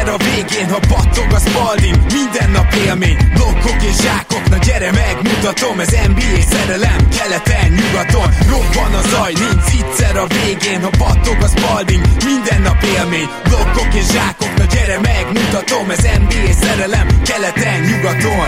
Egyszer a végén, ha battog a Spalding, minden nap élmény, blokkok és zsákok, na gyere megmutatom, ez NBA szerelem, keleten, nyugaton, robban a zaj, nincs egyszer a végén, ha battog a Spalding, minden nap élmény, blokkok és zsákok, na gyere megmutatom, ez NBA szerelem, keleten, nyugaton.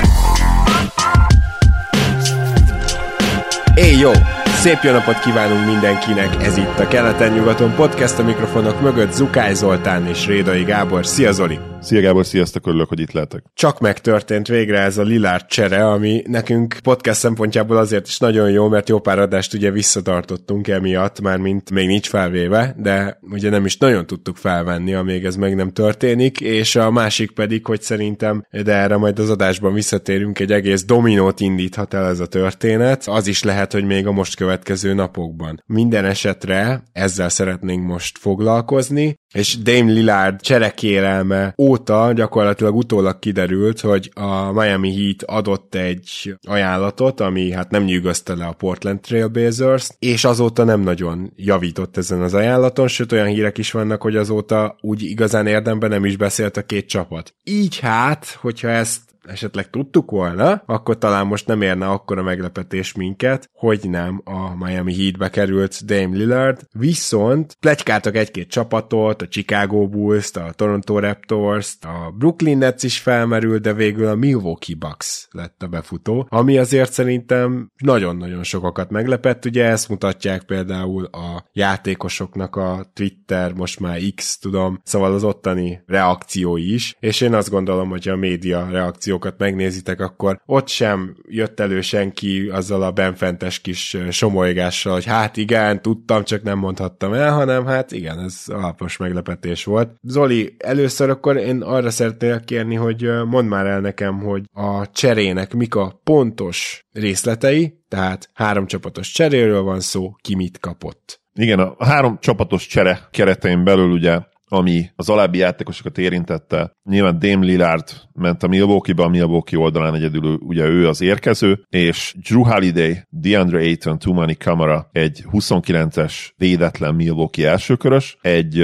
Jó! Szép jó napot kívánunk mindenkinek, ez itt a Keleten-nyugaton podcast, a mikrofonok mögött Zukály Zoltán és Rédai Gábor. Szia Zoli! Szia Gábor, sziasztok, örülök, hogy itt lehetek. Csak megtörtént végre ez a Lillard csere, ami nekünk podcast szempontjából azért is nagyon jó, mert jó pár adást ugye visszatartottunk emiatt, mármint még nincs felvéve, de ugye nem is nagyon tudtuk felvenni, amíg ez meg nem történik, és a másik pedig, hogy szerintem, de erre majd az adásban visszatérünk, egy egész dominót indíthat el ez a történet, az is lehet, hogy még a most következő napokban. Minden esetre ezzel szeretnénk most foglalkozni, és Dame Lillard cserekérelme óta gyakorlatilag utólag kiderült, hogy a Miami Heat adott egy ajánlatot, ami hát nem nyűgözte le a Portland Trail Blazers-t, és azóta nem nagyon javított ezen az ajánlaton, sőt olyan hírek is vannak, hogy azóta úgy igazán érdemben nem is beszélt a két csapat. Így hát, hogyha ezt esetleg tudtuk volna, akkor talán most nem érne akkora meglepetés minket, hogy nem a Miami Heatbe került Dame Lillard, viszont pletykáltak egy-két csapatot, a Chicago Bulls-t, a Toronto Raptors-t, a Brooklyn Nets is felmerült, de végül a Milwaukee Bucks lett a befutó, ami azért szerintem nagyon-nagyon sokakat meglepett, ugye ezt mutatják például a játékosoknak a Twitter, most már X, tudom, szóval az ottani reakciói is, és én azt gondolom, hogy a média reakció megnézitek, akkor ott sem jött elő senki azzal a benfentes kis somolygással, hogy hát igen, tudtam, csak nem mondhattam el, hanem hát igen, ez alapos meglepetés volt. Zoli, először akkor én arra szeretnél kérni, hogy mondd már el nekem, hogy a cserének mik a pontos részletei, tehát 3 csapatos cseréről van szó, ki mit kapott. Igen, a 3 csapatos csere keretein belül ugye ami az alábbi játékosokat érintette. Nyilván Dame Lillard ment a Milwaukee-ba, a Milwaukee oldalán egyedül ugye ő az érkező, és Jrue Holiday, DeAndre Ayton, Toumani Camara egy 29-es védetlen Milwaukee elsőkörös, egy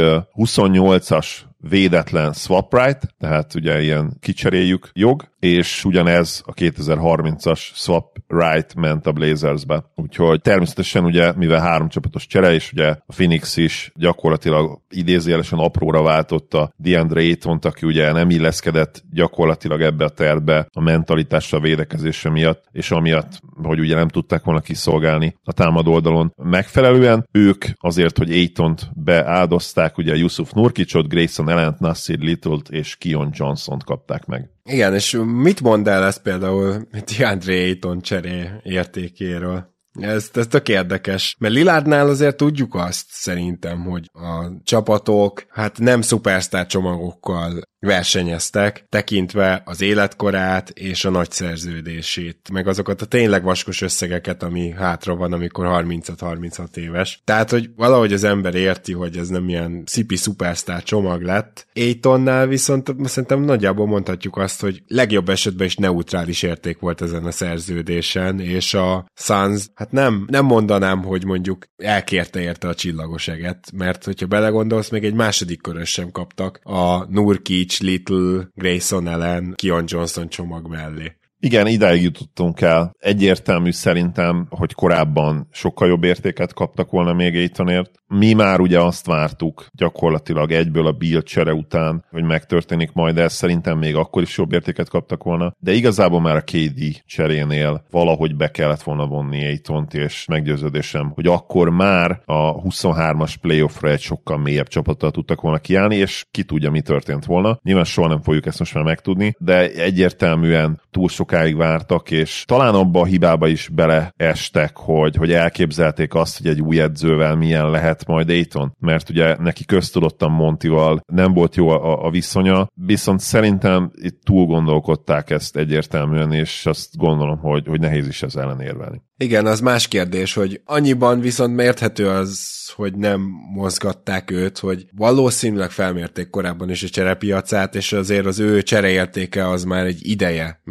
28-as védetlen swap right, tehát ugye ilyen kicseréljük jog, és ugyanez a 2030-as swap right ment a Blazersbe. Úgyhogy természetesen ugye, mivel 3 csapatos csere, és ugye a Phoenix is gyakorlatilag idézőjelesen apróra váltotta DeAndre Aytont, aki ugye nem illeszkedett gyakorlatilag ebbe a tervbe a mentalitással, a védekezése miatt, és amiatt, hogy ugye nem tudták volna kiszolgálni a támadó oldalon megfelelően. Ők azért, hogy Aytont beáldozták, ugye Jusuf Nurkićot, Grayson Allent, Nassir Little-t és Keon Johnson-t kapták meg. Igen, és mit mond el ez például DeAndre Ayton cseré értékéről? Ez tök érdekes, mert Lillardnál azért tudjuk azt szerintem, hogy a csapatok hát nem szupersztár csomagokkal versenyeztek, tekintve az életkorát és a nagy szerződését, meg azokat a tényleg vaskos összegeket, ami hátra van, amikor 35-36 éves. Tehát, hogy valahogy az ember érti, hogy ez nem ilyen szipi szupersztár csomag lett. Aytonnál viszont szerintem nagyjából mondhatjuk azt, hogy legjobb esetben is neutrális érték volt ezen a szerződésen, és a Suns, hát nem mondanám, hogy mondjuk elkérte érte a csillagos eget, mert hogyha belegondolsz, még egy második körös sem kaptak a Nurkić, Little, Grayson Allen, Keon Johnson csomag mellé. Igen, idáig jutottunk el. Egyértelmű szerintem, hogy korábban sokkal jobb értéket kaptak volna még Aytonért. Mi már ugye azt vártuk gyakorlatilag egyből a Beal csere után, hogy megtörténik majd ez, szerintem még akkor is jobb értéket kaptak volna, de igazából már a KD cserénél valahogy be kellett volna vonni Aytont, és meggyőződésem, hogy akkor már a 23-as playoffra egy sokkal mélyebb csapattal tudtak volna kiállni, és ki tudja, mi történt volna. Nyilván soha nem fogjuk ezt most már megtudni, de egyértelműen túl sokáig vártak, és talán abba a hibába is beleestek, hogy elképzelték azt, hogy egy új edzővel milyen lehet majd Ayton, mert ugye neki köztudottan Montival nem volt jó a viszonya, viszont szerintem itt túl gondolkodták ezt egyértelműen, és azt gondolom, hogy nehéz is ez ellen érvelni. Igen, az más kérdés, hogy annyiban viszont érthető az, hogy nem mozgatták őt, hogy valószínűleg felmérték korábban is a cserepiacát, és azért az ő csereértéke az már egy ideje még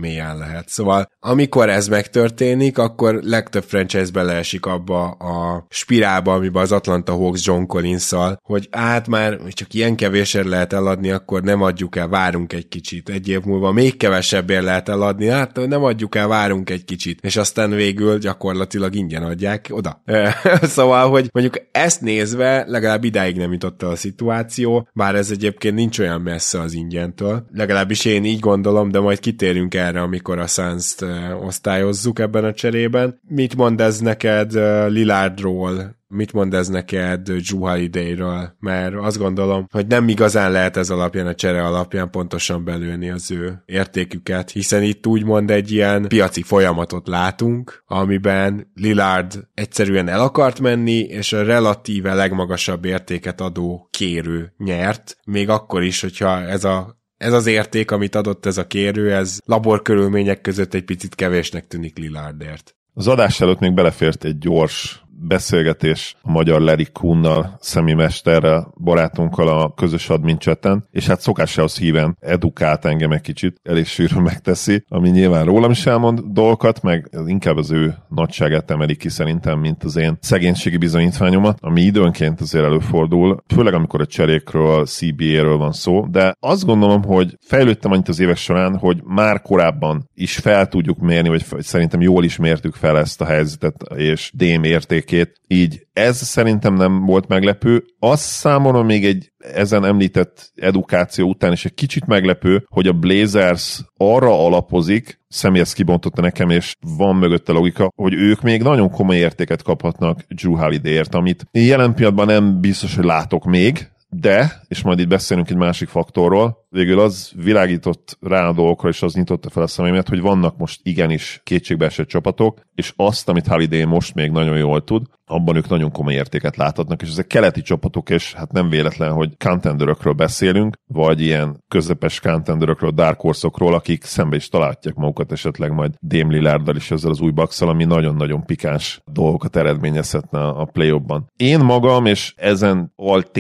mélyen lehet. Szóval amikor ez megtörténik, akkor legtöbb franchise beleesik abba a spirálba, amiben az Atlanta Hawks John Collins-szal, hogy hát már csak ilyen kevésért lehet eladni, akkor nem adjuk el, várunk egy kicsit. Egy év múlva még kevesebbért lehet eladni, hát nem adjuk el, várunk egy kicsit. És aztán végül gyakorlatilag ingyen adják oda. Szóval, hogy mondjuk ezt nézve legalább idáig nem jutott el a szituáció, bár ez egyébként nincs olyan messze az ingyentől. Legalábbis én így gondolom, de majd kitérünk erre, amikor a Suns-t osztályozzuk ebben a cserében. Mit mond ez neked Lillardról? Mit mond ez neked Jrue Holidayről? Mert azt gondolom, hogy nem igazán lehet ez alapján, a csere alapján pontosan belőni az ő értéküket, hiszen itt úgymond egy ilyen piaci folyamatot látunk, amiben Lillard egyszerűen el akart menni, és a relatíve legmagasabb értéket adó kérő nyert, még akkor is, hogyha ez az érték, amit adott ez a kérő, ez laborkörülmények között egy picit kevésnek tűnik Lillardért. Az adás előtt még belefért egy gyors beszélgetés a magyar Larry Kuhnnal, szemimesterrel, barátunkkal a közös admin chaten, és hát szokásához híven edukált engem egy kicsit, elég sűrűn megteszi, ami nyilván rólam is elmond dolgokat, meg inkább az ő nagyságát emeli ki szerintem, mint az én szegénységi bizonyítványomat, ami időnként azért előfordul, főleg amikor a cserékről, CBA-ről van szó, de azt gondolom, hogy fejlődtem annyit az évek során, hogy már korábban is fel tudjuk mérni, vagy szerintem jól is mértük fel ezt a helyzetet, és DM érték. Így ez szerintem nem volt meglepő. Az számomra még egy ezen említett edukáció után is egy kicsit meglepő, hogy a Blazers arra alapozik, Személy ezt kibontotta nekem, és van mögötte logika, hogy ők még nagyon komoly értéket kaphatnak Jrue Holidayért, amit jelen pillanatban nem biztos, hogy látok még, de, és majd itt beszélünk egy másik faktorról, végül az világított rá a dolgokra, és az nyitotta fel a szemeimet, hogy vannak most igenis kétségbeesett csapatok, és azt, amit Holiday most még nagyon jól tud, abban ők nagyon komoly értéket láthatnak, és ezek keleti csapatok, és hát nem véletlen, hogy contenderökről beszélünk, vagy ilyen közepes contenderökről, dark horse-okról, akik szembe is találják magukat esetleg majd Dame Lillarddal is ezzel az új Bucks-szal, ami nagyon-nagyon pikáns dolgokat eredményezhetne a play-offban. Én magam, és ezen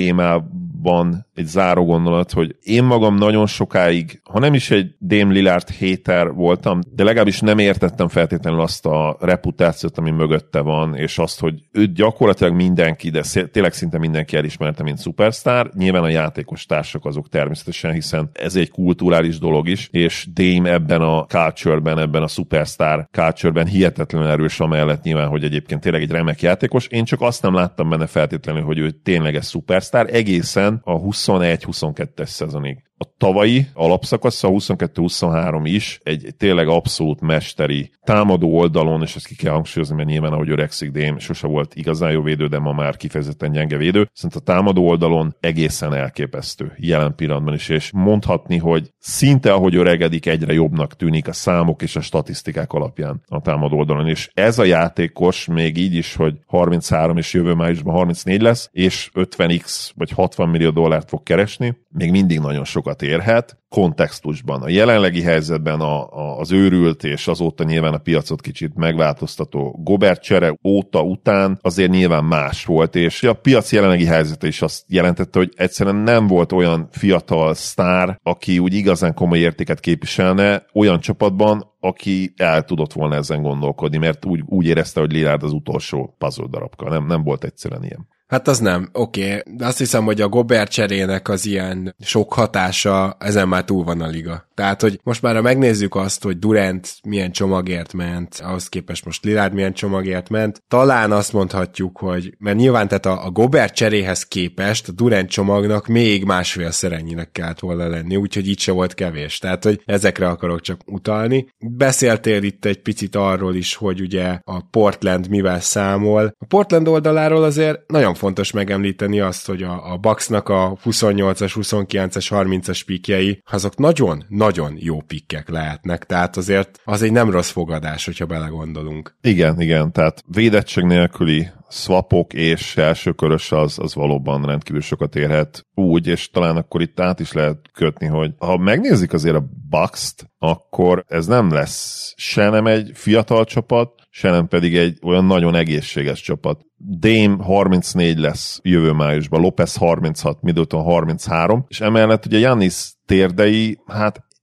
altémában egy záró gondolat, hogy én magam nagyon sokáig, ha nem is egy Dame Lillard hater voltam, de legalábbis nem értettem feltétlenül azt a reputációt, ami mögötte van, és azt, hogy őt gyakorlatilag mindenki, de tényleg szinte mindenki elismerte, mint szupersztár. Nyilván a játékos társak azok természetesen, hiszen ez egy kulturális dolog is, és Dame ebben a culture-ben, ebben a szupersztár culture-ben hihetetlenül erős, amellett nyilván, hogy egyébként tényleg egy remek játékos. Én csak azt nem láttam benne feltétlenül, hogy ő tényleges szupersztár, egészen a 21-22-es szezonig. A tavalyi alapszakasz, a 22-23 is egy tényleg abszolút mesteri támadó oldalon, és ezt ki kell hangsúlyozni, mert nyilván, ahogy öregszik Dame, sose volt igazán jó védő, de ma már kifejezetten gyenge védő. Szerintem a támadó oldalon egészen elképesztő jelen pillanatban is, és mondhatni, hogy szinte ahogy öregedik, egyre jobbnak tűnik a számok és a statisztikák alapján a támadó oldalon. És ez a játékos még így is, hogy 33 és jövő májusban 34 lesz, és 50x vagy 60 millió dollárt fog keresni, még mindig nagyon sokat érhet kontextusban. A jelenlegi helyzetben az őrült, és azóta nyilván a piacot kicsit megváltoztató Gobert csere óta után azért nyilván más volt, és a piac jelenlegi helyzete is azt jelentette, hogy egyszerűen nem volt olyan fiatal sztár, aki úgy igazán komoly értéket képviselne olyan csapatban, aki el tudott volna ezen gondolkodni, mert úgy érezte, hogy Lillard az utolsó puzzle darabka. Nem volt egyszerűen ilyen. Hát az nem, oké. De azt hiszem, hogy a Gobert cserének az ilyen sok hatása, ezen már túl van a liga. Tehát, hogy most már megnézzük azt, hogy Durant milyen csomagért ment, ahhoz képest most Lillard milyen csomagért ment, talán azt mondhatjuk, hogy, mert nyilván tehát a Gobert cseréhez képest a Durant csomagnak még másfélszer ennyinek kellett volna lenni, úgyhogy itt se volt kevés. Tehát, hogy ezekre akarok csak utalni. Beszéltél itt egy picit arról is, hogy ugye a Portland mivel számol. A Portland oldaláról azért nagyon fontos megemlíteni azt, hogy a Bucksnak a 28-as, 29-es, 30-as pikjei, azok nagyon jó pikkek lehetnek, tehát azért az egy nem rossz fogadás, hogyha belegondolunk. Igen, tehát védettség nélküli swapok és elsőkörös az valóban rendkívül sokat érhet úgy, és talán akkor itt át is lehet kötni, hogy ha megnézik azért a Bucks-t, akkor ez nem lesz se nem egy fiatal csapat, se nem pedig egy olyan nagyon egészséges csapat. Dame 34 lesz jövő májusban, Lopez 36, Middleton 33, és emellett ugye Giannis térdei, hát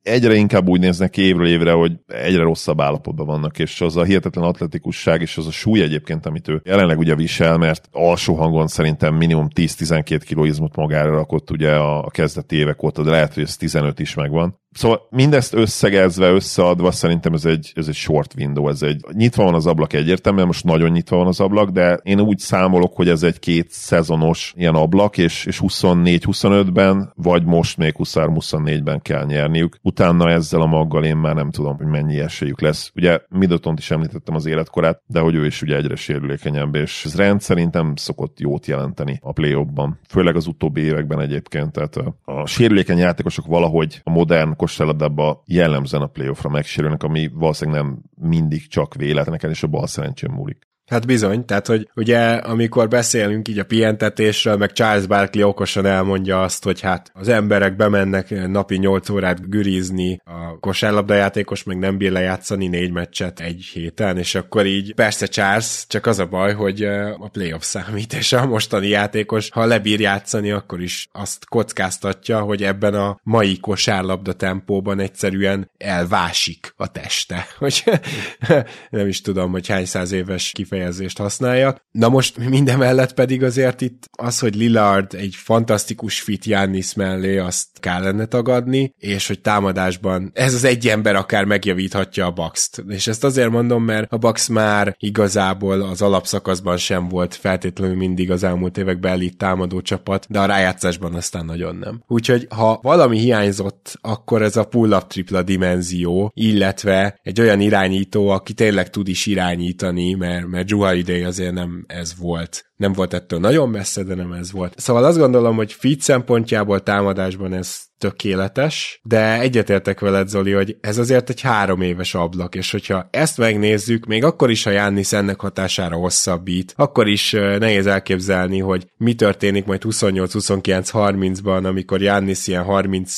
egyre inkább úgy néznek ki évről évre, hogy egyre rosszabb állapotban vannak, és az a hihetetlen atletikusság, és az a súly egyébként, amit ő jelenleg ugye visel, mert alsó hangon szerintem minimum 10-12 kg izmot magára rakott ugye a kezdeti évek óta, de lehet, hogy ez 15 is megvan. Szóval mindezt összegezve, összeadva szerintem ez egy short window, nyitva van az ablak egyértelműen, most nagyon nyitva van az ablak, de én úgy számolok, hogy ez egy 2 szezonos ilyen ablak, és 24-25-ben, vagy most még 23-24-ben kell nyerniük. Utána ezzel a maggal én már nem tudom, hogy mennyi esélyük lesz. Ugye Middletont is említettem az életkorát, de hogy ő is ugye egyre sérülékenyebb, és ez rendszerint nem szokott jót jelenteni a play-offban. Főleg az utóbbi években egyébként, tehát a sérülékeny játékosok valahogy a modern kosárlabdában jellemzően a playoffra megsérülnek, ami valószínűleg nem mindig csak véletleneken és a bal szerencsén múlik. Hát bizony, tehát hogy ugye amikor beszélünk így a pihentetésről, meg Charles Barkley okosan elmondja azt, hogy hát az emberek bemennek napi 8 órát gürizni, a kosárlabdajátékos meg nem bír lejátszani 4 meccset egy héten, és akkor így persze Charles, csak az a baj, hogy a playoff számít, és a mostani játékos, ha lebír játszani, akkor is azt kockáztatja, hogy ebben a mai kosárlabda tempóban egyszerűen elvásik a teste. Hogy nem is tudom, hogy hány száz éves kifejezést használjak. Na most mindemellett pedig azért itt az, hogy Lillard egy fantasztikus fit Giannis mellé, azt kellene tagadni, és hogy támadásban ez az egy ember akár megjavíthatja a Bucks-t. És ezt azért mondom, mert a Bucks már igazából az alapszakaszban sem volt feltétlenül mindig az elmúlt években elit támadó csapat, de a rájátszásban aztán nagyon nem. Úgyhogy ha valami hiányzott, akkor ez a pull-up tripla dimenzió, illetve egy olyan irányító, aki tényleg tud is irányítani, mert Jrue Holiday azért nem ez volt. Nem volt ettől nagyon messze, de nem ez volt. Szóval azt gondolom, hogy fit szempontjából támadásban ez tökéletes, de egyetértek veled, Zoli, hogy ez azért egy 3 éves ablak, és hogyha ezt megnézzük, még akkor is, ha Giannis ennek hatására hosszabbít, akkor is nehéz elképzelni, hogy mi történik majd 28-29-30-ban, amikor Giannis ilyen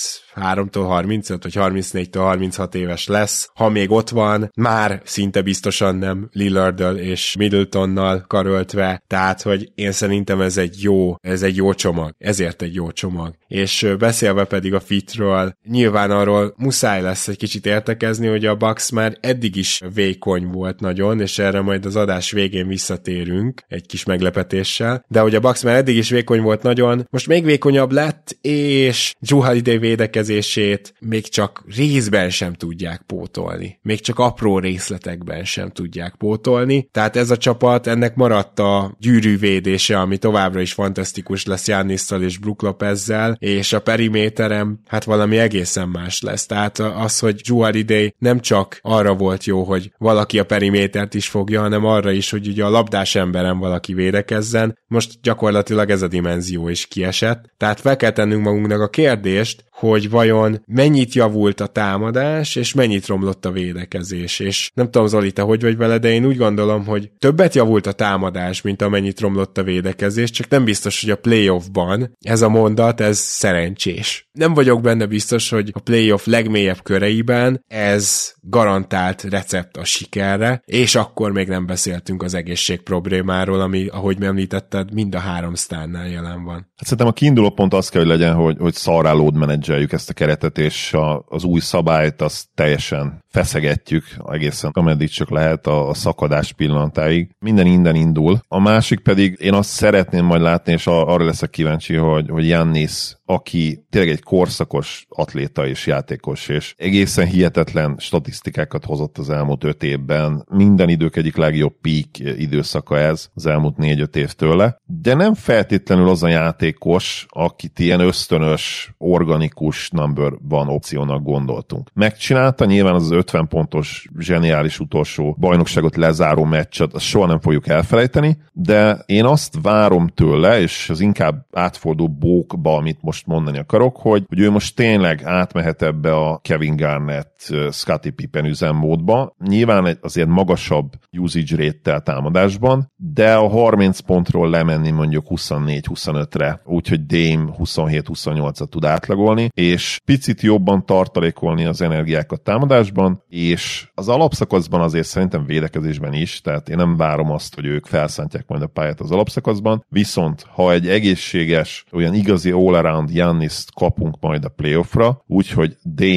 33-tól 35, vagy 34-től 36 éves lesz. Ha még ott van, már szinte biztosan nem Lillarddal és Middletonnal karöltve, tehát, hogy én szerintem ez egy jó csomag. Ezért egy jó csomag. És beszélve pedig a fitről, nyilván arról muszáj lesz egy kicsit értekezni, hogy a Bucks már eddig is vékony volt nagyon, és erre majd az adás végén visszatérünk egy kis meglepetéssel, de hogy a Bucks már eddig is vékony volt nagyon, most még vékonyabb lett, és Jrue Holiday védekezését még csak részben sem tudják pótolni. Még csak apró részletekben sem tudják pótolni. Tehát ez a csapat, ennek maradt a gyűrűvédése, ami továbbra is fantasztikus lesz Giannisszal és Brook Lopezzel, és a periméterem hát valami egészen más lesz. Tehát az, hogy Jrue Holiday nem csak arra volt jó, hogy valaki a perimétert is fogja, hanem arra is, hogy ugye a labdás emberen valaki védekezzen. Most gyakorlatilag ez a dimenzió is kiesett. Tehát fel kell tennünk magunknak a kérdést, hogy vajon mennyit javult a támadás, és mennyit romlott a védekezés. És nem tudom, Zoli, te hogy vagy vele, de én úgy gondolom, hogy többet javult a támadás, mint amennyit romlott a védekezés, csak nem biztos, hogy a playoffban ez a mondat, ez szerencsés. Nem vagyok benne biztos, hogy a playoff legmélyebb köreiben ez garantált recept a sikerre, és akkor még nem beszéltünk az egészség problémáról, ami, ahogy említetted, mind a 3 sztárnál jelen van. Hát szerintem a kiinduló pont az kell, hogy legyen, hogy szarrá load menedzseljük ezt a keretet, és az új szabályt azt teljesen feszegetjük egészen, ameddig csak lehet a szakadás pillanatáig. Minden innen indul. A másik pedig én azt szeretném majd látni, és arra leszek kíváncsi, hogy Giannis, aki tényleg egy korszakos atléta és játékos, és egészen hihetetlen statisztikákat hozott az elmúlt 5 évben. Minden idők egyik legjobb peak időszaka ez, az elmúlt 4-5 év tőle. De nem feltétlenül az a játékos, akit ilyen ösztönös, organikus number one opciónak gondoltunk. Megcsinálta nyilván az 50 pontos, zseniális utolsó bajnokságot lezáró meccset, azt soha nem fogjuk elfelejteni, de én azt várom tőle, és az inkább átforduló bókba, amit most mondani akarok, hogy ő most tényleg átmehet ebbe a Kevin Garnett, Scottie Pippen üzemmódba. Nyilván azért magasabb usage rate-tel támadásban, de a 30 pontról lemenni mondjuk 24-25-re, úgyhogy Dame 27-28-at tud átlagolni, és picit jobban tartalékolni az energiákat támadásban, és az alapszakaszban azért szerintem védekezésben is, tehát én nem várom azt, hogy ők felszántják majd a pályát az alapszakaszban, viszont ha egy egészséges, olyan igazi all-around Giannist kapunk majd a playoffra, úgyhogy Dame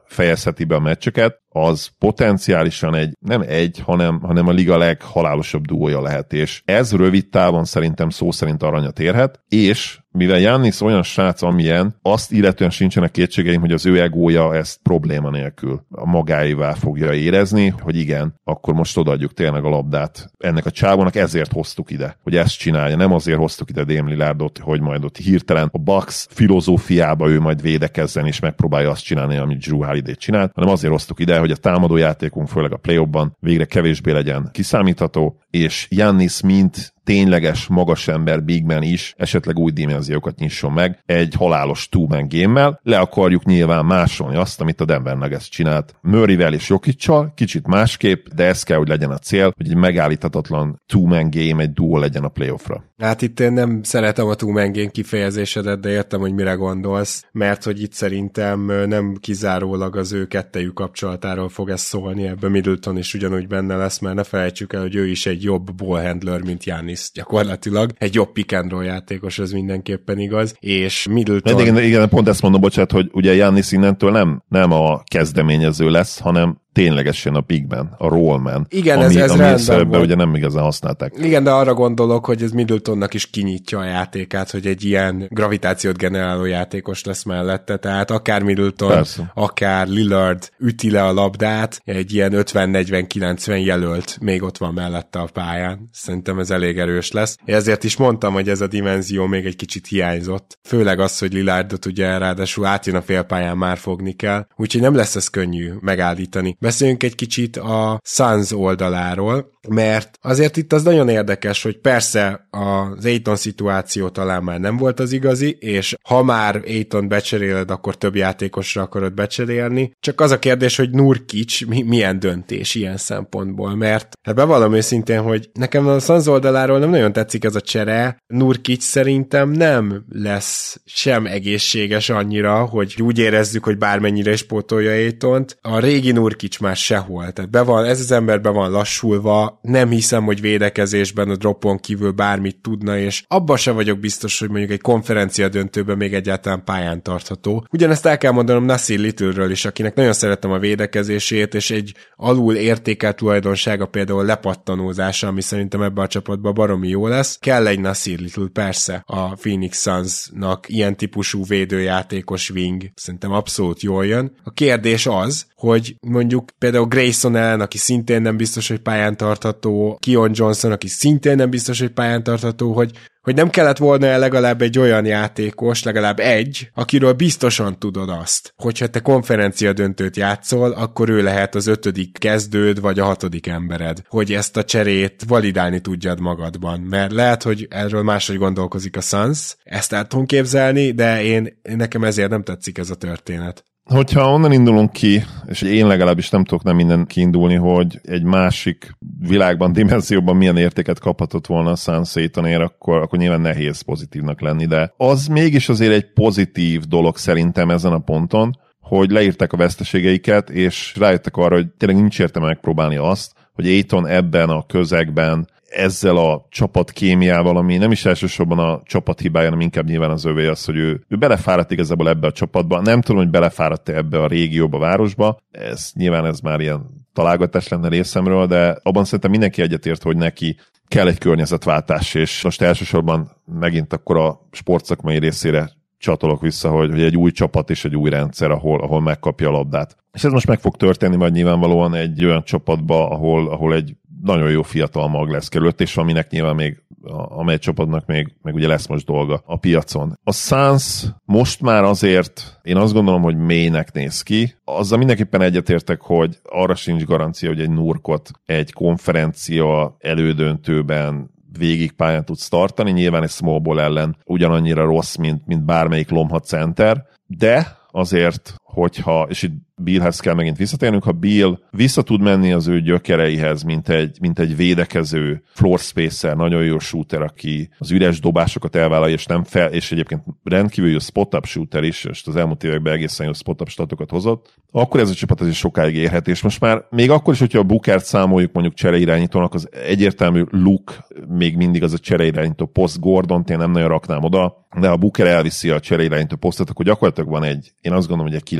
fejezheti be a meccseket, az potenciálisan hanem a liga leghalálosabb duója lehet, és ez rövid távon szerintem szó szerint aranyat érhet, és mivel Giannis olyan srác, amilyen, azt illetően sincsenek kétségeim, hogy az ő egója ezt probléma nélkül a magáévá fogja érezni, hogy igen, akkor most odaadjuk tényleg a labdát ennek a csávónak, ezért hoztuk ide, hogy ezt csinálja, nem azért hoztuk ide Dame Lillardot, hogy majd ott hirtelen a Bucks filozófiába ő majd védekezzen és megpróbálja azt csinálni, amit Jrue Holiday csinált, hanem azért hoztuk ide, hogy a támadó játékunk, főleg a play-offban végre kevésbé legyen kiszámítható, és Giannis mint tényleges magas ember, big man is esetleg új dimenziókat nyisson meg egy halálos two-man game-mel. Le akarjuk nyilván másolni azt, amit a Denver Nuggets csinált Murrayvel és Jokiccal, kicsit másképp, de ez kell, hogy legyen a cél, hogy egy megállíthatatlan two-man game, egy duo legyen a playoffra. Hát itt én nem szeretem a two-man game kifejezésedet, de értem, hogy mire gondolsz, mert hogy itt szerintem nem kizárólag az ő kettejük kapcsolatáról fog ez szólni, ebben Middleton is ugyanúgy benne lesz, mert ne felejtsük el, hogy ő is egy jobb ballhandler, mint Giannis gyakorlatilag. Egy jobb pick and roll játékos, ez mindenképpen igaz, és Middleton... Igen, pont ezt mondom, bocsánat, hogy ugye Giannis innentől nem a kezdeményező lesz, hanem ténylegesen a big man, a rollman. Igen, ez rendben volt. Ugye nem igazán használták. Igen, de arra gondolok, hogy ez Middletonnak is kinyitja a játékát, hogy egy ilyen gravitációt generáló játékos lesz mellette, tehát akár Middleton, persze, akár Lillard üti le a labdát, egy ilyen 50-40-90 jelölt még ott van mellette a pályán. Szerintem ez elég erős lesz. Ezért is mondtam, hogy ez a dimenzió még egy kicsit hiányzott. Főleg az, hogy Lillardot ugye ráadásul átjön a félpályán, már fogni kell. Úgyhogy nem lesz ez könnyű megállítani. Beszéljünk egy kicsit a Suns oldaláról, mert azért itt az nagyon érdekes, hogy persze az Ayton szituáció talán már nem volt az igazi, és ha már Ayton becseréled, akkor több játékosra akarod becserélni. Csak az a kérdés, hogy Nurkic milyen döntés ilyen szempontból, mert hát bevallom őszintén, hogy nekem a Suns oldaláról nem nagyon tetszik ez a csere. Nurkic szerintem nem lesz sem egészséges annyira, hogy úgy érezzük, hogy bármennyire is pótolja Aytont. A régi Nurkic már sehol. Tehát ez az ember be van lassulva, nem hiszem, hogy védekezésben a dropon kívül bármit tudna, és abban sem vagyok biztos, hogy mondjuk egy konferencia döntőben még egyáltalán pályán tartható. Ugyanezt el kell mondanom Nassir Little-ről is, akinek nagyon szeretem a védekezését, és egy alul értékelt tulajdonsága például lepattanózása, ami szerintem ebben a csapatban baromi jó lesz. Kell egy Nassir Little, persze, a Phoenix Sunsnak ilyen típusú védőjátékos wing, szerintem abszolút jól jön. A kérdés az, hogy mondjuk például Grayson ellen, aki szintén nem biztos, hogy pályán tartható, Keon Johnson, aki szintén nem biztos, hogy pályán tartható, hogy nem kellett volna el legalább egy olyan játékos, legalább egy, akiről biztosan tudod azt, hogyha te konferencia döntőt játszol, akkor ő lehet az 5. kezdőd, vagy a 6. embered, hogy ezt a cserét validálni tudjad magadban, mert lehet, hogy erről máshogy gondolkozik a Suns, ezt el tudom képzelni, de nekem ezért nem tetszik ez a történet. Hogyha onnan indulunk ki, és én legalábbis nem tudok nem innen kiindulni, hogy egy másik világban, dimenzióban milyen értéket kaphatott volna a Suns Aytonért, akkor nyilván nehéz pozitívnak lenni, de az mégis azért egy pozitív dolog szerintem ezen a ponton, hogy leírták a veszteségeiket, és rájöttek arra, hogy tényleg nincs értelme megpróbálni azt, hogy Ayton ebben a közegben ezzel a csapatkémiával, ami nem is elsősorban a csapat hibája, hanem inkább nyilván az övé az, hogy ő belefáradt igazából ebbe a csapatba. Nem tudom, hogy belefáradt ebbe a régióba, városba. Nyilván ez már ilyen találgatás lenne részemről, de abban szerintem mindenki egyetért, hogy neki kell egy környezetváltás, és most elsősorban megint akkor a sportszakmai részére csatolok vissza, hogy egy új csapat és egy új rendszer, ahol megkapja a labdát. És ez most meg fog történni majd nyilvánvalóan egy olyan csapatba, ahol egy nagyon jó fiatal mag lesz került, és aminek nyilván még amely csapatnak még ugye lesz most dolga a piacon. A Suns most már azért én azt gondolom, hogy mélynek néz ki. Azzal mindenképpen egyetértek, hogy arra sincs garancia, hogy egy Nurkot egy konferencia elődöntőben végig pályán tudsz tartani. Nyilván egy small ball ellen ugyanannyira rossz, mint bármelyik lomha center, de azért, hogyha, és itt Billhez kell megint visszatérnünk, ha Bill vissza tud menni az ő gyökereihez, mint egy védekező floor spacer, nagyon jó shooter, aki az üres dobásokat elvállalja, és egyébként rendkívül jó spot-up shooter is, és az elmúlt években egészen jó spot-up statokat hozott, akkor ez a csapat azért sokáig érhet, és most már még akkor is, hogyha a Bookert számoljuk mondjuk csereirányítónak, az egyértelmű Luke még mindig az a csereirányító poszt, Gordont én nem nagyon raknám oda, de ha Booker elviszi a csereirányító posztot, akkor gyakorlatilag van én azt gondolom, hogy egy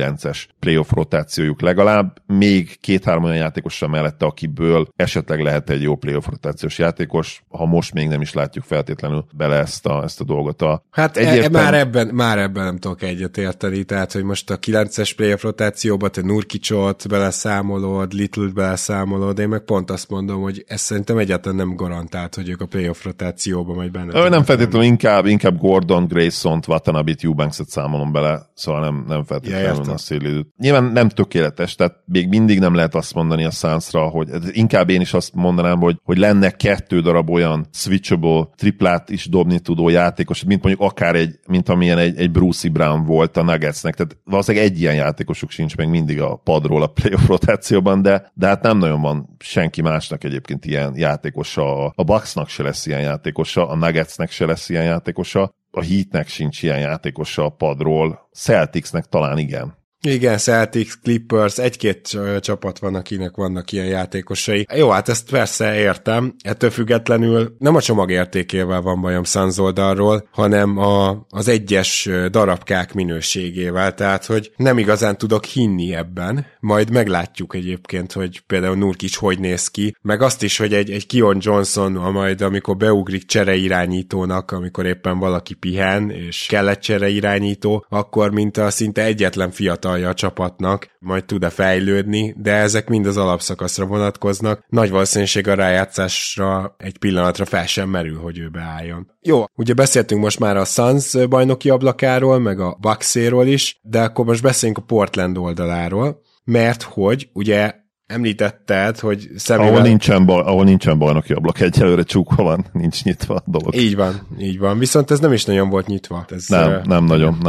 9-es playoff rotációjuk legalább, még 2-3 olyan játékossal mellette, akiből esetleg lehet egy jó playoff rotációs játékos, ha most még nem is látjuk feltétlenül bele ezt a dolgot. Hát már ebben nem tudok egyet érteni, tehát, hogy most a 9-es playoff rotációba te Nurkićot beleszámolod, Little-t beleszámolod, én meg pont azt mondom, hogy ez szerintem egyáltalán nem garantált, hogy ők a playoff rotációban majd benne. Nem feltétlenül, inkább Gordon, Grayson-t, Watanabit, Eubanks-et számolom bele, szóval nem feltétlenül a szélidőt. Nyilván nem tökéletes, tehát még mindig nem lehet azt mondani a Sunsra, hogy inkább én is azt mondanám, hogy lenne 2 darab olyan switchable, triplát is dobni tudó játékos, mint mondjuk akár mint amilyen egy Brucey Brown volt a Nuggetsnek, tehát valószínűleg egy ilyen játékosuk sincs meg mindig a padról a playoff rotációban, de hát nem nagyon van senki másnak egyébként ilyen játékosa, a Bucksnak se lesz ilyen játékosa, a Nuggetsnek se lesz ilyen játékosa, a Heatnek sincs ilyen játékosa a padról, Celticsnek talán igen. Igen, Celtics, Clippers, egy-két csapat van, akinek vannak ilyen játékosai. Jó, hát ezt persze értem, ettől függetlenül nem a csomag értékével van bajom Suns oldalról, hanem az egyes darabkák minőségével, tehát hogy nem igazán tudok hinni ebben, majd meglátjuk egyébként, hogy például Nurkić hogy néz ki, meg azt is, hogy egy Keon Johnson, majd amikor beugrik csereirányítónak, amikor éppen valaki pihen, és kellett csereirányító, akkor mint a szinte egyetlen fiatal a csapatnak, majd tud-e fejlődni, de ezek mind az alapszakaszra vonatkoznak. Nagy valószínűség a rájátszásra egy pillanatra fel sem merül, hogy ő beálljon. Jó, ugye beszéltünk most már a Suns bajnoki ablakáról, meg a Buckséről is, de akkor most beszéljünk a Portland oldaláról, mert hogy ugye említetted, hogy ahol nincsen bajnoki ablak, egyelőre csukva van, nincs nyitva a dolog. Így van, viszont ez nem is nagyon volt nyitva. Nem nagyon.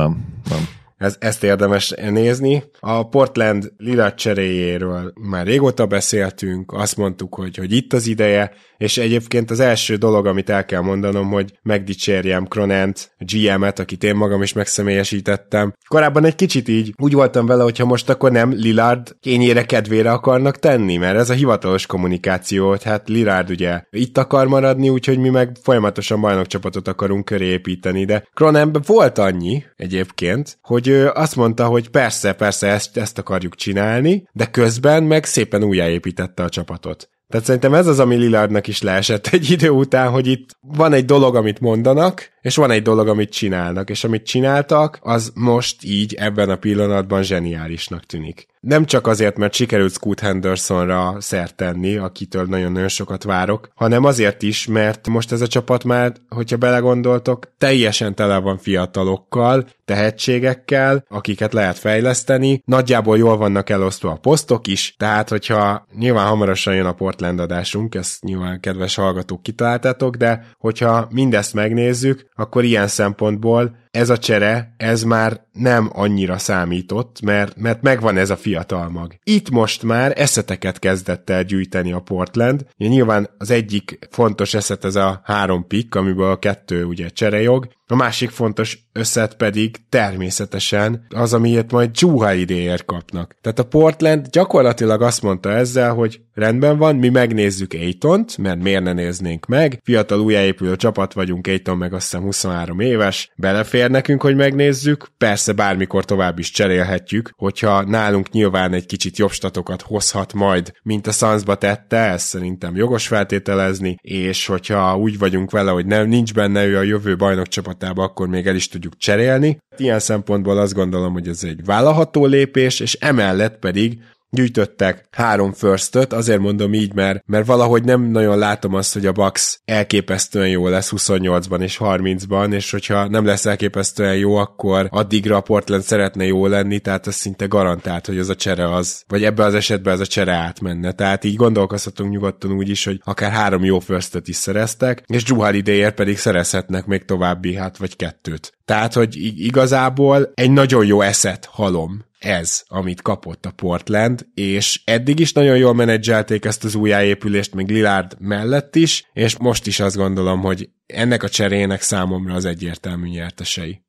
Ezt érdemes nézni. A Portland Lillard cseréjéről már régóta beszéltünk, azt mondtuk, hogy itt az ideje, és egyébként az első dolog, amit el kell mondanom, hogy megdicsérjem Cronent, GM-et, akit én magam is megszemélyesítettem. Korábban egy kicsit így úgy voltam vele, hogyha most akkor nem Lillard kényére kedvére akarnak tenni, mert ez a hivatalos kommunikáció, hát Lillard ugye itt akar maradni, úgyhogy mi meg folyamatosan bajnokcsapatot akarunk köré építeni, de Cronenben volt annyi egyébként, hogy ő azt mondta, hogy persze ezt akarjuk csinálni, de közben meg szépen újjáépítette a csapatot. Tehát szerintem ez az, ami Lillardnak is leesett egy idő után, hogy itt van egy dolog, amit mondanak, és van egy dolog, amit csinálnak, és amit csináltak, az most így ebben a pillanatban zseniálisnak tűnik. Nem csak azért, mert sikerült Scoot Hendersonra szert tenni, akitől nagyon-nagyon sokat várok, hanem azért is, mert most ez a csapat már, hogyha belegondoltok, teljesen tele van fiatalokkal, tehetségekkel, akiket lehet fejleszteni, nagyjából jól vannak elosztva a posztok is, tehát hogyha nyilván hamarosan jön a Portland adásunk, ezt nyilván kedves hallgatók kitaláltátok, de hogyha mindezt megnézzük, akkor ilyen szempontból ez a csere, ez már nem annyira számított, mert megvan ez a fiatal mag. Itt most már eszeteket kezdett el gyűjteni a Portland. Nyilván az egyik fontos eszet ez a 3 pick, amiből a 2 ugye cserejog, a másik fontos összet pedig természetesen az, amiért majd Jrue Holidayért kapnak. Tehát a Portland gyakorlatilag azt mondta ezzel, hogy rendben van, mi megnézzük Aytont, mert miért ne néznénk meg, fiatal újjáépülő csapat vagyunk, Ayton meg azt hiszem 23 éves, belefér nekünk, hogy megnézzük, persze bármikor tovább is cserélhetjük, hogyha nálunk nyilván egy kicsit jobb statokat hozhat majd, mint a Sunsba tette, ez szerintem jogos feltételezni, és hogyha úgy vagyunk vele, hogy nincs benne ő a jövő bajnokcsapatába, akkor még el is tudjuk cserélni. Ilyen szempontból azt gondolom, hogy ez egy vállalható lépés, és emellett pedig gyűjtöttek 3 firstöt, azért mondom így, mert valahogy nem nagyon látom azt, hogy a Bucks elképesztően jó lesz 28-ban és 30-ban, és hogyha nem lesz elképesztően jó, akkor addigra a Portland szeretne jó lenni, tehát ez szinte garantált, hogy ez a csere az, vagy ebben az esetben ez a csere átmenne. Tehát így gondolkozhatunk nyugodtan úgy is, hogy akár 3 jó firstöt is szereztek, és Jrue Holidayért pedig szerezhetnek még további, vagy 2. Tehát, hogy igazából egy nagyon jó eszet halom ez, amit kapott a Portland, és eddig is nagyon jól menedzselték ezt az újjáépülést, még Lillard mellett is, és most is azt gondolom, hogy ennek a cserének számomra az egyértelmű nyertesei.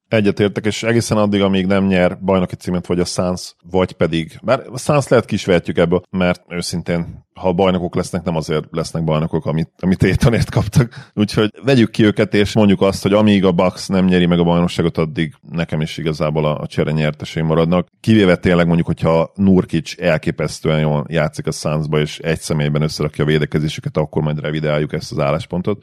Egyetértek, és egészen addig, amíg nem nyer bajnoki címet, vagy a Suns, vagy pedig, bár a Suns lehet kisvertjük ebből, mert őszintén, ha bajnokok lesznek, nem azért lesznek bajnokok, amit Aitonért kaptak. Úgyhogy vegyük ki őket, és mondjuk azt, hogy amíg a Bucks nem nyeri meg a bajnokságot, addig nekem is igazából a csere nyertesei maradnak. Kivéve tényleg mondjuk, hogyha Nurkic elképesztően jól játszik a Sunsba, és egy személyben összerakja a védekezésüket, akkor majd revideáljuk ezt az álláspontot.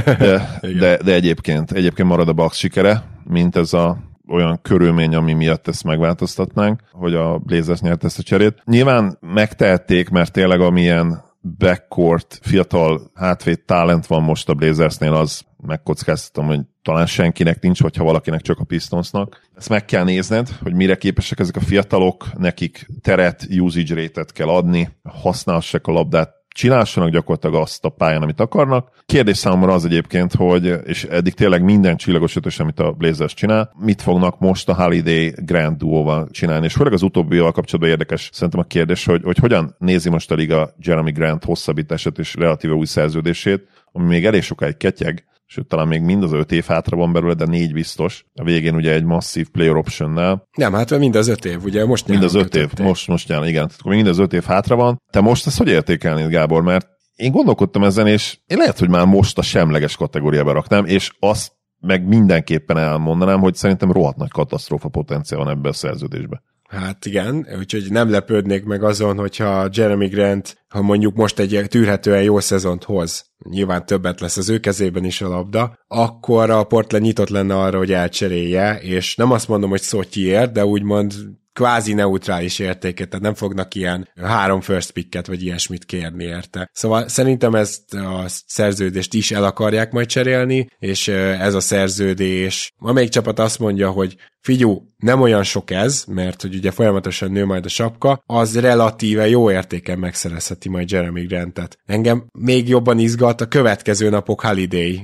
De egyébként marad a Bucks sikere, mint ez olyan körülmény, ami miatt ezt megváltoztatnánk, hogy a Blazers nyert ezt a cserét. Nyilván megtehették, mert tényleg amilyen backcourt, fiatal hátvéd talent van most a Blazersnél, az megkockáztatom, hogy talán senkinek nincs, vagy ha valakinek csak a Pistonsnak. Ezt meg kell nézned, hogy mire képesek ezek a fiatalok, nekik teret, usage rate-et kell adni, használhassák a labdát, csinálsanak gyakorlatilag azt a pályán, amit akarnak. Kérdés számomra az egyébként, hogy, és eddig tényleg minden csillagos ötös, amit a Blazers csinál, mit fognak most a Holiday Grant duóval csinálni, és főleg az utóbbival kapcsolatban érdekes szerintem a kérdés, hogy hogyan nézi most a liga Jeremy Grant hosszabbítását és relatíve új szerződését, ami még elég sokáig ketyeg, sőt, talán még mind az 5 év hátra van belőle, de 4 biztos. A végén ugye egy masszív player optionnel. Nem, hát mind az 5 év, ugye most mind az 5 év, most nyáron, igen. Tehát mind az 5 év hátra van. Te most ezt hogy értékelnéd, Gábor? Mert én gondolkodtam ezen, és én lehet, hogy már most a semleges kategóriába raknám, és azt meg mindenképpen elmondanám, hogy szerintem rohadt nagy katasztrófa potenciál van ebbe a szerződésbe. Hát igen, úgyhogy nem lepődnék meg azon, hogyha Jeremy Grant, ha mondjuk most egy tűrhetően jó szezont hoz, nyilván többet lesz az ő kezében is a labda, akkor a Portland nyitott lenne arra, hogy elcserélje, és nem azt mondom, hogy Szotyiért, de úgymond kvázi neutrális értéket, tehát nem fognak ilyen 3 first picket vagy ilyesmit kérni érte. Szóval szerintem ezt a szerződést is el akarják majd cserélni, és ez a szerződés, amelyik csapat azt mondja, hogy figyú, nem olyan sok ez, mert hogy ugye folyamatosan nő majd a sapka, az relatíve jó értéken megszerezheti majd Jeremy Grantet. Engem még jobban izgat a következő napok Holiday,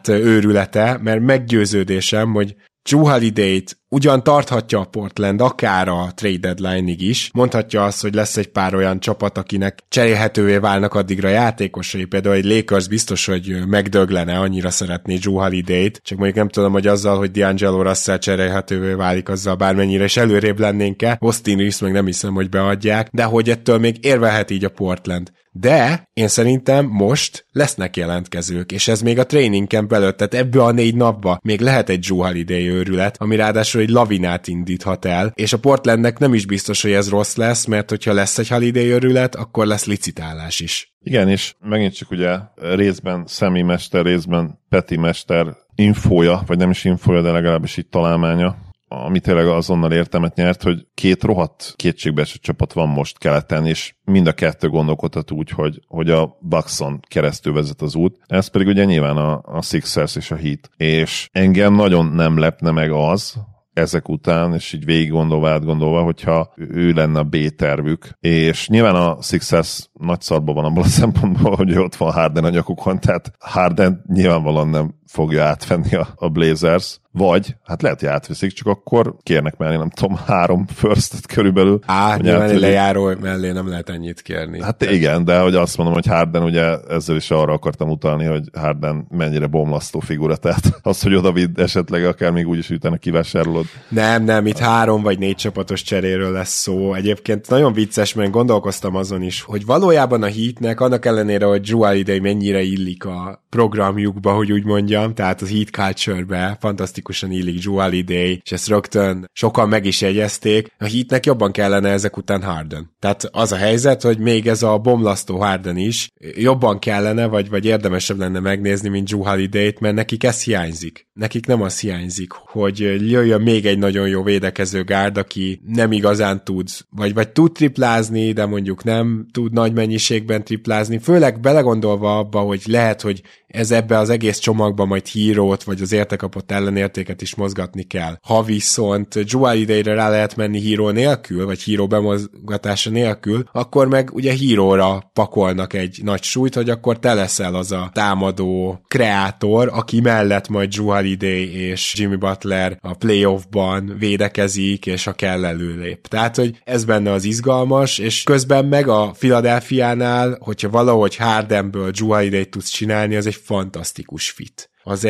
őrülete, mert meggyőződésem, hogy Jrue Holiday-t ugyan tarthatja a Portland, akár a trade deadline-ig is, mondhatja azt, hogy lesz egy pár olyan csapat, akinek cserélhetővé válnak addigra játékosai, például egy Lakers biztos, hogy megdöglene, annyira szeretné Jrue Holiday-t, csak mondjuk nem tudom, hogy azzal, hogy D'Angelo Russell cserélhetővé válik, azzal bármennyire is előrébb lennénk-e, Austin Reeves meg nem hiszem, hogy beadják, de hogy ettől még érvelhet így a Portland. De én szerintem most lesznek jelentkezők, és ez még a training camp előtt, tehát ebből a 4 napba még lehet egy Jrue Holiday őrület, ami ráadásul egy lavinát indíthat el, és a Portlandnek nem is biztos, hogy ez rossz lesz, mert hogyha lesz egy Holiday őrület, akkor lesz licitálás is. Igen, és megint csak ugye részben Sammy mester, részben Peti mester infója, vagy nem is infója, de legalábbis így találmánya, ami tényleg azonnal értelmet nyert, hogy 2 rohadt kétségbeesett csapat van most keleten, és mind a 2 gondolkodhat úgy, hogy a Buckson keresztül vezet az út. Ez pedig ugye nyilván a Sixers és a Heat. És engem nagyon nem lepne meg az, ezek után, és így végig átgondolva, hogyha ő lenne a B-tervük. És nyilván a Sixers nagy szarban van abban a szempontból, hogy ott van Harden a nyakukon, tehát Harden nyilvánvalóan nem fogja átvenni a Blazers, vagy, hát lehet, hogy átviszik, csak akkor kérnek mellé, nem tudom, 3 firstet körülbelül. Nyilván egy lejáró mellé nem lehet ennyit kérni. Hát igen, de hogy azt mondom, hogy Harden, ugye ezzel is arra akartam utalni, hogy Harden mennyire bomlasztó figura, tehát az, hogy odavidd esetleg akár még úgyis utána kivásárolod. Nem, itt 3 vagy 4 csapatos cseréről lesz szó. Egyébként nagyon vicces, mert gondolkoztam azon is, hogy valójában a Heatnek, annak ellenére, hogy Jrue Holiday mennyire illik a programjukba, hogy úgy mondjam, tehát a Heat culture-be fantasztikusan illik Jrue Holiday, és ezt rögtön sokan meg is jegyezték, a Heatnek jobban kellene ezek után Harden. Tehát az a helyzet, hogy még ez a bomlasztó Harden is jobban kellene, vagy érdemesebb lenne megnézni, mint Jrue Holiday-t, mert nekik ez hiányzik. Nekik nem az hiányzik, hogy jöjjön még egy nagyon jó védekező gárd, aki nem igazán tud, vagy tud triplázni, de mondjuk nem tud nagy mennyiségben triplázni, főleg belegondolva abba, hogy lehet, hogy ez ebbe az egész csomagba majd hírót, vagy az értekapott ellenértéket is mozgatni kell. Ha viszont Jrue Holiday-re rá lehet menni híró nélkül, vagy híró bemozgatása nélkül, akkor meg ugye híróra pakolnak egy nagy súlyt, hogy akkor te leszel az a támadó kreátor, aki mellett majd Jrue Holiday és Jimmy Butler a playoffban védekezik, és a kell előlép. Tehát, hogy ez benne az izgalmas, és közben meg a Philadelphiánál, hogyha valahogy Hardenből Jrue Holiday tudsz csinálni, az egy fantasztikus fit. Az egy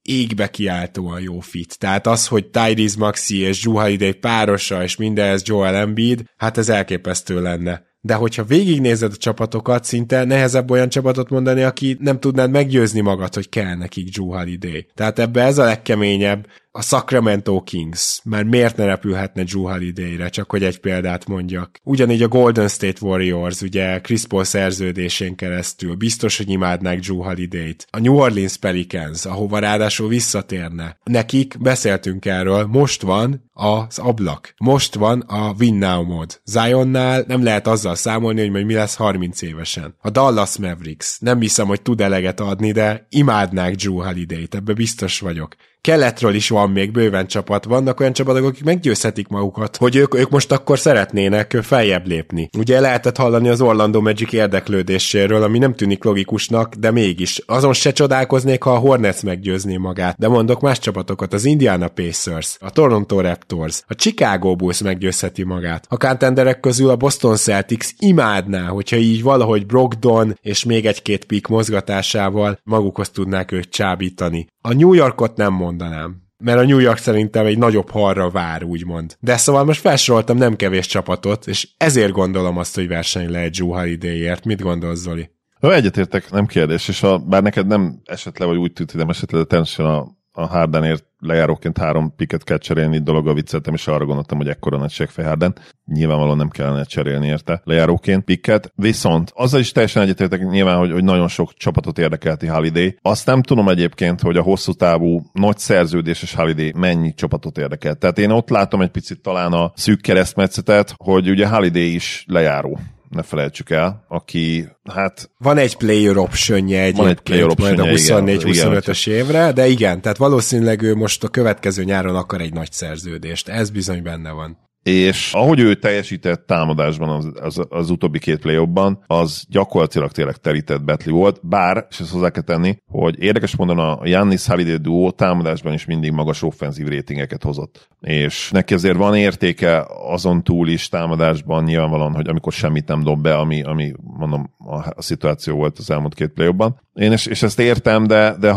égbe kiáltóan jó fit. Tehát az, hogy Tyrese Maxey és Jrue Holiday párosa, és mindez Joel Embiid, hát ez elképesztő lenne. De hogyha végignézed a csapatokat, szinte nehezebb olyan csapatot mondani, aki nem tudnád meggyőzni magad, hogy kell nekik Jrue Holiday. Tehát ebbe ez a legkeményebb, a Sacramento Kings, mert miért ne repülhetne Jrue Holidayre, csak hogy egy példát mondjak. Ugyanígy a Golden State Warriors, ugye Chris Paul szerződésén keresztül, biztos, hogy imádnák Jrue Holidayt. A New Orleans Pelicans, ahova ráadásul visszatérne. Nekik, beszéltünk erről, most van az ablak. Most van a Win Now mód. Zionnál nem lehet azzal számolni, hogy majd mi lesz 30 évesen. A Dallas Mavericks, nem hiszem, hogy tud eleget adni, de imádnák Jrue Holidayt, ebbe biztos vagyok. Keletről is van még bőven csapat, vannak olyan csapatok, akik meggyőzhetik magukat, hogy ők most akkor szeretnének feljebb lépni. Ugye lehetett hallani az Orlando Magic érdeklődéséről, ami nem tűnik logikusnak, de mégis. Azon se csodálkoznék, ha a Hornets meggyőzné magát. De mondok más csapatokat, az Indiana Pacers, a Toronto Raptors, a Chicago Bulls meggyőzheti magát. A contenderek közül a Boston Celtics imádná, hogyha így valahogy Brogdon és még egy-két pick mozgatásával magukhoz tudnák őt csábítani. A New Yorkot nem mondanám, mert a New York szerintem egy nagyobb halra vár, úgymond. De szóval most felsoroltam nem kevés csapatot, és ezért gondolom azt, hogy verseny lehet Jrue Holidayért. Mit gondolsz, Zoli? Egyetértek, nem kérdés, és bár neked nem esett le, vagy úgy tűnt, hogy nem esett le, de természetesen a Hardenért lejáróként 3 picket kell cserélni, dologgal vicceltem, és arra gondoltam, hogy ekkora nagy seggfej Harden. Nyilvánvalóan nem kellene cserélni érte lejáróként picket. Viszont azzal is teljesen egyetértek nyilván, hogy nagyon sok csapatot érdekelti Holiday. Azt nem tudom egyébként, hogy a hosszú távú nagy szerződéses Holiday mennyi csapatot érdekel. Tehát én ott látom egy picit talán a szűk keresztmetszetet, hogy ugye Holiday is lejáró. Ne felejtsük el, aki, hát... Van egy player optionje egyébként majd a 24-25-ös évre, de igen, tehát valószínűleg ő most a következő nyáron akar egy nagy szerződést. Ez bizony benne van. És ahogy ő teljesített támadásban az utóbbi 2 play-offban, az gyakorlatilag tényleg terített betli volt, bár, és ezt hozzá kell tenni, hogy érdekes módon a Giannis Holiday duó támadásban is mindig magas offenzív ratingeket hozott. És neki azért van értéke azon túl is támadásban nyilvánvalóan, hogy amikor semmit nem dob be, ami mondom, a szituáció volt az elmúlt 2 play-offban. És ezt értem, de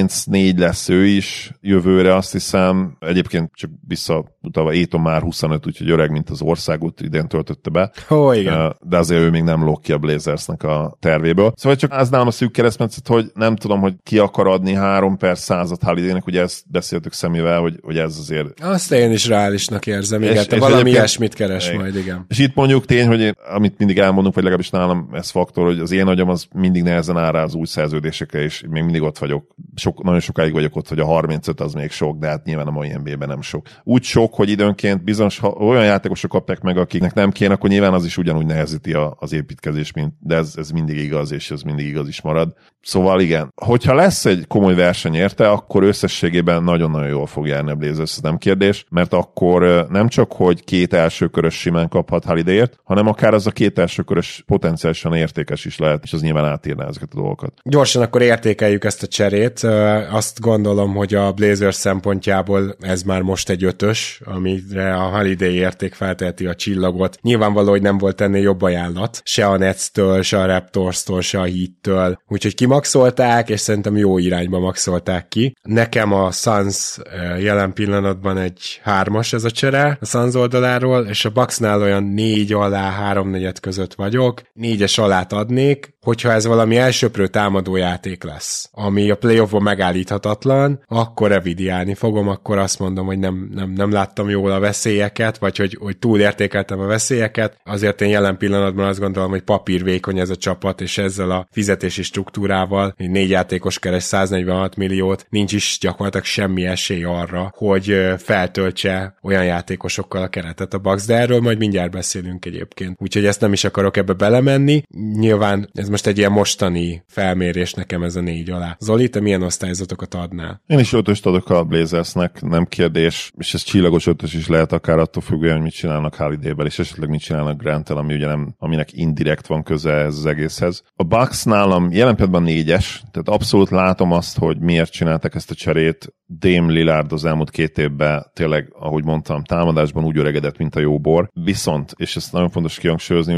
34 lesz ő is jövőre, azt hiszem. Egyébként csak visszautalva, Ayton már 25, úgyhogy öreg, mint az országot idén töltötte be. Igen. De azért ő még nem lóg ki a Blazersnek a tervéből. Szóval csak az nálam a szűk keresztmetszet, hogy nem tudom, hogy ki akar adni 3/100 Holidaynek, ugye ezt beszéltük Szemivel, hogy ez azért... Azt én is reálisnak érzem, igen, te valami ilyesmit keres majd, igen. És itt mondjuk tény, hogy amit mindig elmondunk, vagy legalábbis nálam ez faktor, hogy az én agyam az mindig nehezen áll rá az új szerződésekre, és még mindig ott vagyok. Nagyon sokáig vagyok ott, hogy a 35 az még sok, de hát nyilván a mai NBA-ben nem sok. Úgy sok, hogy időnként bizonyos olyan játékosok kapják meg, akiknek nem kéne, akkor nyilván az is ugyanúgy nehezíti az építkezés, de ez mindig igaz, és ez mindig igaz is marad. Szóval igen, hogyha lesz egy komoly verseny érte, akkor összességében nagyon-nagyon jól fog járni a Blazers, ez nem kérdés, mert akkor nem csak, hogy 2 elsőkörös simán kaphat Holidayért, hanem akár az a 2 elsőkörös potenciálisan értékes is lehet, és az nyilván átírná ezeket a dolgokat. Gyorsan akkor értékeljük ezt a cserét. Azt gondolom, hogy a Blazers szempontjából ez már most egy 5-ös, amire a Holiday érték felteheti a csillagot. Nyilvánvaló, hogy nem volt ennél jobb ajánlat, se a Netstől, se a Raptorstól, se a Heattől. Úgyhogy kimaxolták, és szerintem jó irányba maxolták ki. Nekem a Suns jelen pillanatban egy 3-as ez a csere a Suns oldaláról, és a Bucksnál olyan 4 alá 3/4 között vagyok. 4-es alát adnék, hogyha ez valami elsöprő támadójáték lesz, ami a playoffban megállíthatatlan, akkor revidiálni fogom, akkor azt mondom, hogy nem láttam jól a veszélyeket, vagy hogy túlértékeltem a veszélyeket. Azért én jelen pillanatban azt gondolom, hogy papírvékony ez a csapat, és ezzel a fizetési struktúrával, 4 játékos keres 146 milliót, nincs is gyakorlatilag semmi esély arra, hogy feltöltse olyan játékosokkal a keretet a Bucks, de erről majd mindjárt beszélünk egyébként. Úgyhogy ezt nem is akarok ebbe belemenni. Nyilván ez most egy ilyen mostani felmérés nekem ez a 4 alá. Zoli, te milyen osztályzatokat adnál? Én is 5-öst adok a Blazersnek, nem kérdés, és ez csillagos 5-ös is lehet akár attól függően, hogy mit csinálnak Holiday-vel, és esetleg mit csinálnak Grant-tel, ami ugye nem, aminek indirekt van köze ez az egészhez. A Bucks nálam jelen pillanatban 4-es, tehát abszolút látom azt, hogy miért csináltak ezt a cserét. Dame Lillard az elmúlt 2 évben tényleg, ahogy mondtam, támadásban úgy öregedett, mint a jó bor. Viszont, és ezt nagyon fontos kihangsúlyozni, ugye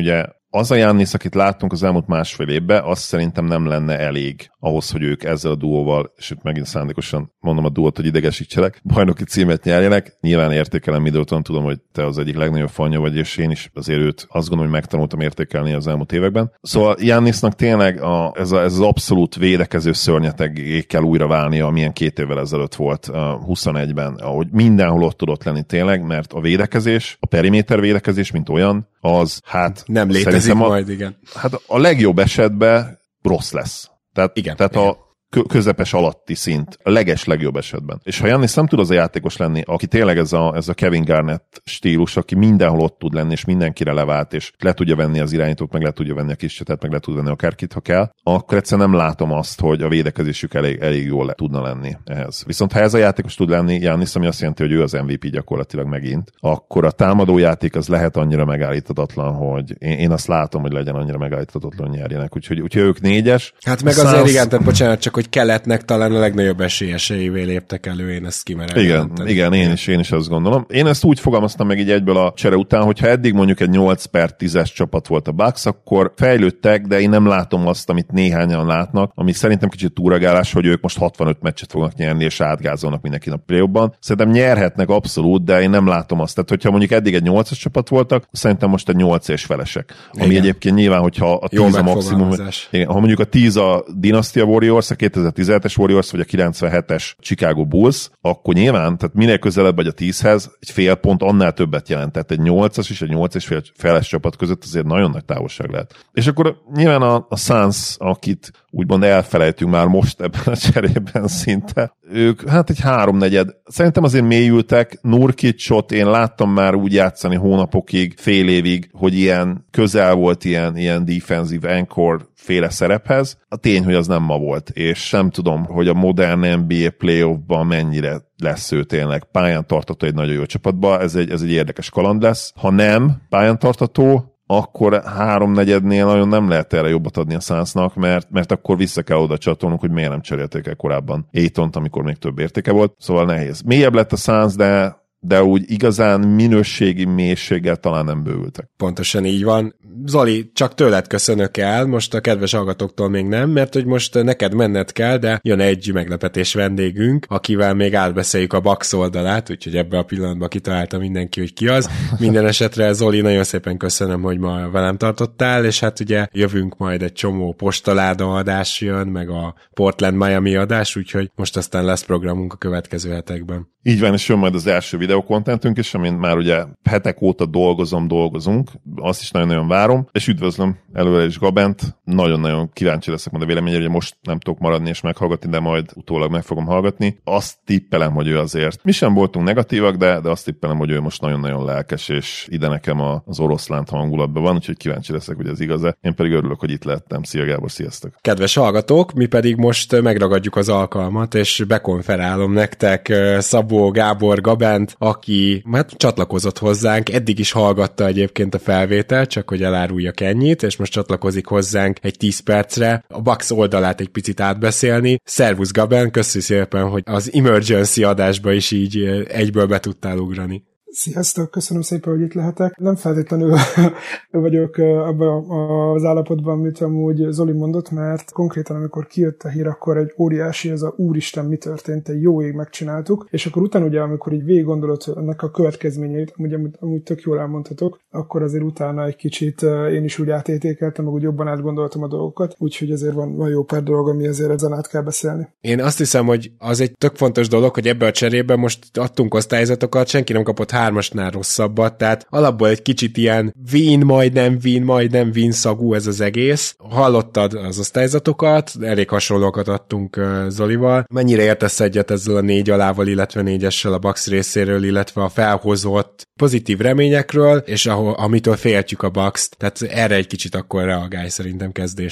az a Giannis, akit láttunk az elmúlt másfél évben, az szerintem nem lenne elég ahhoz, hogy ők ezzel a duóval, és itt megint szándékosan mondom a duót, hogy idegesítselek, bajnoki címet nyerjenek. Nyilván értékelem Middleton, tudom, hogy te az egyik legnagyobb fanja vagy, és én is azért őt azt gondolom, hogy megtanultam értékelni az elmúlt években. Szóval Giannisnak tényleg ez az abszolút védekező szörnyeteggé kell újra válnia, amilyen 2 évvel ezelőtt volt 21-ben, ahogy mindenhol ott tudott lenni tényleg, mert a védekezés, a periméter védekezés, mint olyan, az hát nem létezik majd, igen. Hát a legjobb esetben rossz lesz. Tehát igen. A közepes alatti szint, a legjobb esetben. És ha Giannis nem tud az a játékos lenni, aki tényleg ez a Kevin Garnett stílus, aki mindenhol ott tud lenni, és mindenkire levált, és le tudja venni az irányítót, meg le tudja venni a kis csetet, meg le tud venni akárkit, ha kell, akkor egyszerűen nem látom azt, hogy a védekezésük elég jól tudna lenni ehhez. Viszont ha ez a játékos tud lenni, Giannis, ami azt jelenti, hogy ő az MVP gyakorlatilag megint, akkor a támadójáték az lehet annyira megállíthatatlan, hogy én azt látom, hogy legyen annyira megállíthatatlan, hogy nyerjenek. Úgyhogy ők 4-es. Hát meg azért igen, tehát bocsánat, csak hogy keletnek talán a legnagyobb esélyeseivé léptek elő, én ezt kimerem. Igen, én is azt gondolom. Én ezt úgy fogalmaztam meg így egyből a csere után, hogy ha eddig mondjuk egy 8/10-es csapat volt a Bucks, akkor fejlődtek, de én nem látom azt, amit néhányan látnak, ami szerintem kicsit túragálás, hogy ők most 65 meccset fognak nyerni, és átgázolnak mindenki a play-offban. Szerintem nyerhetnek abszolút, de én nem látom azt. Tehát, hogyha mondjuk eddig egy 8-as csapat voltak, szerintem most egy 8 és felesek. Ami egyébként nyilván, hogyha a 10 a maximum, ha mondjuk a 10 a Dynasty Warriors, a 2017-es Warriors, vagy a 97-es Chicago Bulls, akkor nyilván, tehát minél közelebb vagy a 10-hez, egy fél pont annál többet jelent. Tehát egy 8-as és egy 8 és feles csapat között azért nagyon nagy távolság lehet. És akkor nyilván a Suns, akit úgymond elfelejtünk már most ebben a cserében szinte, ők hát egy 3/4. Szerintem azért mélyültek. Nurkićot én láttam már úgy játszani hónapokig, fél évig, hogy ilyen közel volt ilyen defensive anchor féle szerephez. A tény, hogy az nem ma volt, és nem tudom, hogy a modern NBA playoffban mennyire lesz ő tényleg pályán tartató egy nagyon jó csapatba. Ez egy érdekes kaland lesz. Ha nem pályán tartató, akkor 3/4-nél nagyon nem lehet erre jobbat adni a Sunsnak, mert akkor vissza kell oda csatolnunk, hogy miért nem cserélték el korábban Aytont, amikor még több értéke volt. Szóval nehéz. Mélyebb lett a Suns, de úgy igazán minőségi mélységgel talán nem bővültek. Pontosan így van. Zoli, csak tőled köszönök el, most a kedves hallgatóktól még nem, mert hogy most neked menned kell, de jön egy meglepetés vendégünk, akivel még átbeszéljük a Bucks oldalát, úgyhogy ebben a pillanatban kitalálta mindenki, hogy ki az. Minden esetre, Zoli, nagyon szépen köszönöm, hogy ma velem tartottál, és hát ugye jövünk majd egy csomó postaláda adás jön, meg a Portland-Miami adás, úgyhogy most aztán lesz programunk a következő hetekben. Így van, és jön majd az első videokontentünk is, amin már ugye hetek óta dolgozunk, azt is nagyon-nagyon várom, és üdvözlöm előre is Gabent, nagyon-nagyon kíváncsi leszek majd a véleményére, hogy most nem tudok maradni és meghallgatni, de majd utólag meg fogom hallgatni. Azt tippelem, hogy ő azért. Mi sem voltunk negatívak, de azt tippelem, hogy ő most nagyon-nagyon lelkes, és ide nekem az oroszlánt hangulatban van, úgyhogy kíváncsi leszek, hogy ez igaz-e. Én pedig örülök, hogy itt lehettem. Szia Gábor, sziasztok! Kedves hallgatók, mi pedig most megragadjuk az alkalmat, és bekonferálom nektek Szabó Gábor Gabent, aki hát csatlakozott hozzánk, eddig is hallgatta egyébként a felvételt, csak hogy eláruljak ennyit, és most csatlakozik hozzánk egy 10 percre a Bucks oldalát egy picit átbeszélni. Szervusz Gaben, köszi szépen, hogy az Emergency adásba is így egyből be tudtál ugrani. Sziasztok, köszönöm szépen, hogy itt lehetek. Nem feltétlenül vagyok abban az állapotban, amit amúgy Zoli mondott, mert konkrétan amikor kijött a hír, akkor egy óriási, ez a úristen, mi történt, egy jó ég megcsináltuk, és akkor utána ugye, amikor így végig gondolod ennek a következményeit, amúgy tök jól elmondhatok, akkor azért utána egy kicsit én is úgy átértékeltem, meg úgy jobban átgondoltam a dolgokat, úgyhogy azért van jó pár dolog, ami azért ezen át kell beszélni. Én azt hiszem, hogy az egy tök fontos dolog, hogy ebbe a cserében most adtunk osztályzatokat, senki nem kapott 3-asnál rosszabbat, tehát alapból egy kicsit ilyen majdnem win szagú ez az egész. Hallottad az osztályzatokat, elég hasonlókat adtunk Zolival. Mennyire értesz egyet ezzel a 4 alával, illetve 4-essel a Bucks részéről, illetve a felhozott pozitív reményekről, és amitől féltjük a Bucks-t, tehát erre egy kicsit akkor reagálj szerintem kezdésnek.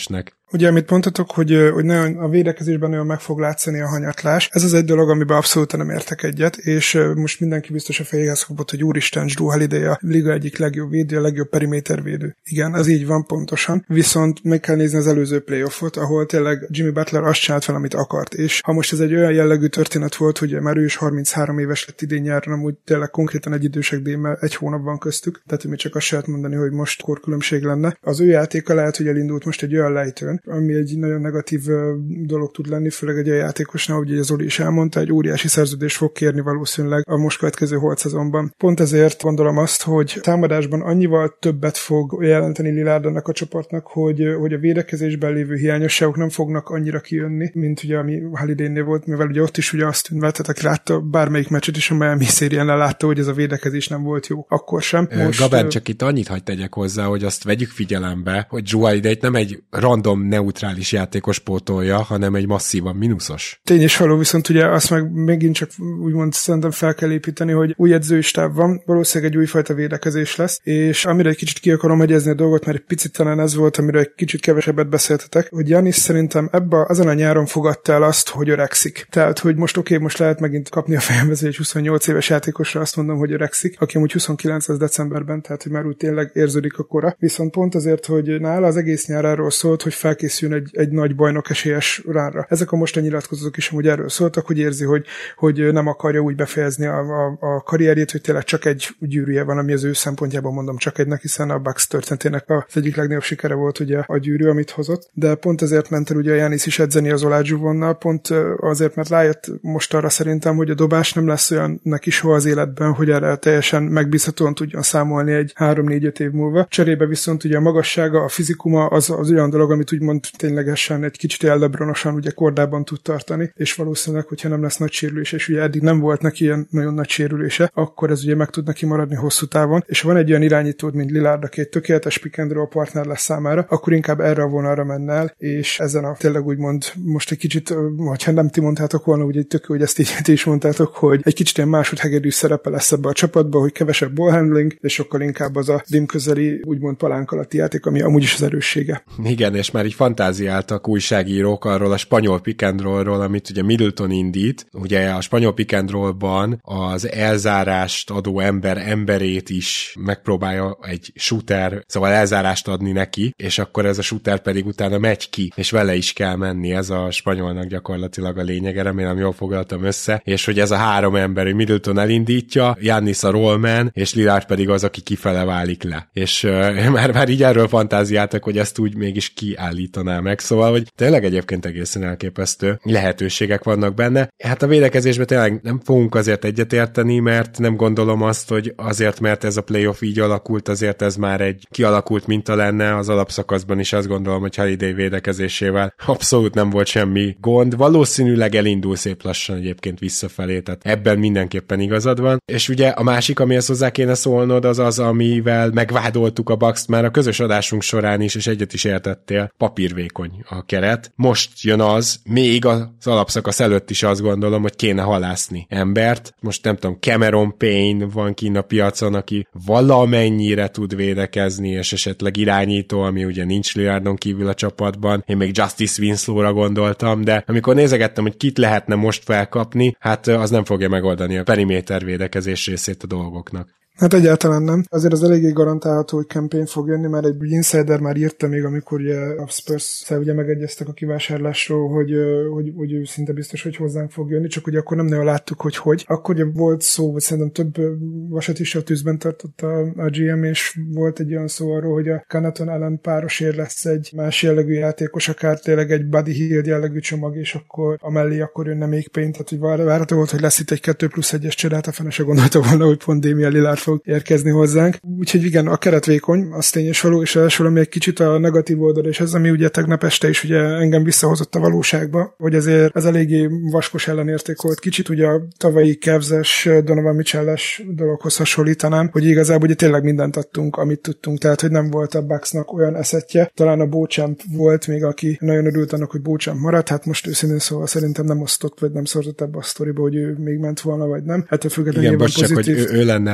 Ugye, amit mondtatok, hogy nagyon a védekezésben nagyon meg fog látszani a hanyatlás. Ez az egy dolog, amiben abszolút nem értek egyet, és most mindenki biztos a fejéhez kapott, hogy úristen, Jrue Holiday a liga egyik legjobb védő, a legjobb perimétervédő. Igen, az így van pontosan, viszont meg kell nézni az előző playoffot, ahol tényleg Jimmy Butler azt csinált fel, amit akart, és ha most ez egy olyan jellegű történet volt, hogy már ő is 33 éves lett idén nyáron, amúgy tényleg konkrétan egy idősek démmel egy hónap van köztük, tehát mi csak azt lehet mondani, hogy most korkülönbség lenne. Az ő játéka lehet, hogy elindult most egy olyan lejtőn, ami egy nagyon negatív dolog tud lenni, főleg egy olyan játékosnál, ugye Zoli is elmondta, egy óriási szerződést fog kérni valószínűleg a most következő holt szezonban. Pont ezért gondolom azt, hogy támadásban annyival többet fog jelenteni Lillard annak a csoportnak, hogy a védekezésben lévő hiányosságok nem fognak annyira kijönni, mint ugye ami Holidaynél volt, mivel ugye ott is ugye azt tűnt, tehát aki látta bármelyik meccset is, a Miami szérián látta, hogy ez a védekezés nem volt jó. Akkor sem. Most, Gabán, csak itt annyit hagy tegyek hozzá, hogy azt vegyük figyelembe, hogy Jrue Holiday nem egy random neutrális játékos pótolja, hanem egy masszívan mínuszos. Tény és való, viszont ugye azt meg megint csak úgymond szerintem fel kell építeni, hogy új edzői stáb van, valószínűleg egy újfajta védekezés lesz, és amire egy kicsit ki akarom hegyezni a dolgot, mert egy picit talán ez volt, amire egy kicsit kevesebbet beszéltetek, hogy Giannis szerintem azon a nyáron fogadta el azt, hogy öregszik. Tehát, hogy most most lehet megint kapni a fejembe, egy 28 éves játékosra azt mondom, hogy öregszik, aki amúgy 29 az decemberben, tehát hogy már úgy tényleg érződik a kora. Viszont pont azért, hogy nála az egész nyár arról szólt, hogy felkészüljön egy nagy bajnok esélyes ránra. Ezek a mostani nyilatkozatok is amúgy erről szóltak, hogy érzi, hogy nem akarja úgy befejezni a karrierjét, hogy tényleg csak egy gyűrűje van, ami az ő szempontjában mondom csak egynek, hiszen a Bucks történetének az egyik legnagyobb sikere volt ugye a gyűrű, amit hozott. De pont ezért ment el ugye a Giannis is edzeni az Olajuwonnal, pont azért, mert rájött most arra szerintem, hogy a dobás nem lesz olyan neki soha az életben, hogy erre teljesen megbízhatóan tudjon számolni egy 3-4-5 év múlva. Cserébe viszont ugye a magassága, a fizikuma az olyan dolog, amit úgymond ténylegesen egy kicsit LeBronosan ugye kordában tud tartani, és valószínűleg, hogyha nem lesz nagy sérülés, és ugye eddig nem volt neki ilyen nagyon nagy sérülése, akkor ez ugye meg tud neki maradni hosszú távon, és van egy olyan irányítód, mint Lillard, aki egy tökéletes pick and roll partner lesz számára, akkor inkább erre a vonalra menne el, és ezen a tényleg úgymond most egy kicsit, ha nem ti mondtátok volna, ugye tök jó, hogy ezt így ti is mondtátok, hogy egy kicsit ilyen másodhegedű szerepe lesz ebbe a csapatba, hogy kevesebb ballhandling, és sokkal inkább az a rim közeli úgymond palánk alatti játék, ami amúgy is az erőssége. Igen, és már így fantáziáltak újságírók arról a spanyol pick and rollról, amit ugye Middleton indít. Ugye a spanyol pick and rollban az elzárást adó emberét is megpróbálja egy shooter, szóval elzárást adni neki, és akkor ez a shooter pedig utána megy ki, és vele is kell menni. Ez a spanyolnak gyakorlatilag a lényege, remélem jól foglaltam össze, és hogy ez a három ember, hogy Middleton elindítja, Giannis a rollman, és Lillard pedig az, aki kifele válik le. És már így erről fantáziáltak, hogy ezt úgy mégis kiállítaná meg, szóval, hogy tényleg egyébként egészen elképesztő lehetőségek vannak benne. Hát a védekezésben tényleg nem fogunk azért egyetérteni, mert nem gondolom azt, hogy azért, mert ez a playoff így alakult, azért ez már egy kialakult minta lenne. Az alapszakaszban is azt gondolom, hogy Holiday védekezésével abszolút nem volt semmi gond. Valószínűleg elindul szép lassan egyébként visszafelé, tehát ebben mindenképpen igazad van. És ugye a másik, amihez hozzá kéne szólnod, az az, amivel megvádoltuk a Bucks-t már a közös adásunk során is, és egyet is értettél, papírvékony a keret. Most jön az, még az alapszakasz előtt is azt gondolom, hogy kéne halászni embert. Most nem tudom, Cameron Payne van kinn a piacon, aki valamennyire tud védekezni, és esetleg irányító, ami ugye nincs Lillardon kívül a csapatban. Én még Justice Winslow-ra gondoltam, de amikor nézegettem, hogy kit lehetne most felkapni, hát az nem fogja megoldani a periméter védekezés részét a dolgoknak. Hát egyáltalán nem. Azért az eléggé garantálható, hogy campaign fog jönni, mert egy insider már írta még, amikor ugye a Spurs-szel ugye megegyeztek a kivásárlásról, hogy ő szinte biztos, hogy hozzánk fog jönni, csak ugye akkor nem nagyon láttuk, hogy. Akkor ugye volt szó, hogy szerintem több vasat is a tűzben tartott a GM, és volt egy olyan szó arról, hogy a Connaughton ellen párosért lesz egy más jellegű játékos, akár tényleg egy Buddy Hield jellegű csomag, és akkor amellé akkor jönne még Payne, tehát hogy várható volt, hogy lesz itt egy 2+1-es cserát, a fene se gondolta volna, hogy pont Damian Lillard fog érkezni hozzánk. Úgyhogy igen, a keret vékony, az tény és való, és elsőre még egy kicsit a negatív oldal, és ez, ami ugye tegnap este is ugye engem visszahozott a valóságba, hogy azért ez eléggé vaskos ellenérték volt. Kicsit ugye a tavalyi Cavs-es Donovan Mitchell-es dologhoz hasonlítanám, hogy igazából ugye tényleg mindent adtunk, amit tudtunk, tehát hogy nem volt a Bucksnak olyan eszetje. Talán a Beauchamp volt még, aki nagyon örült annak, hogy Beauchamp maradt, hát most őszintén szóval szerintem nem osztott, vagy nem szorzott ebbe a sztoriba, hogy ő még ment volna, vagy nem. Hát a függetlenül igen, bocs, csak hogy ő lenne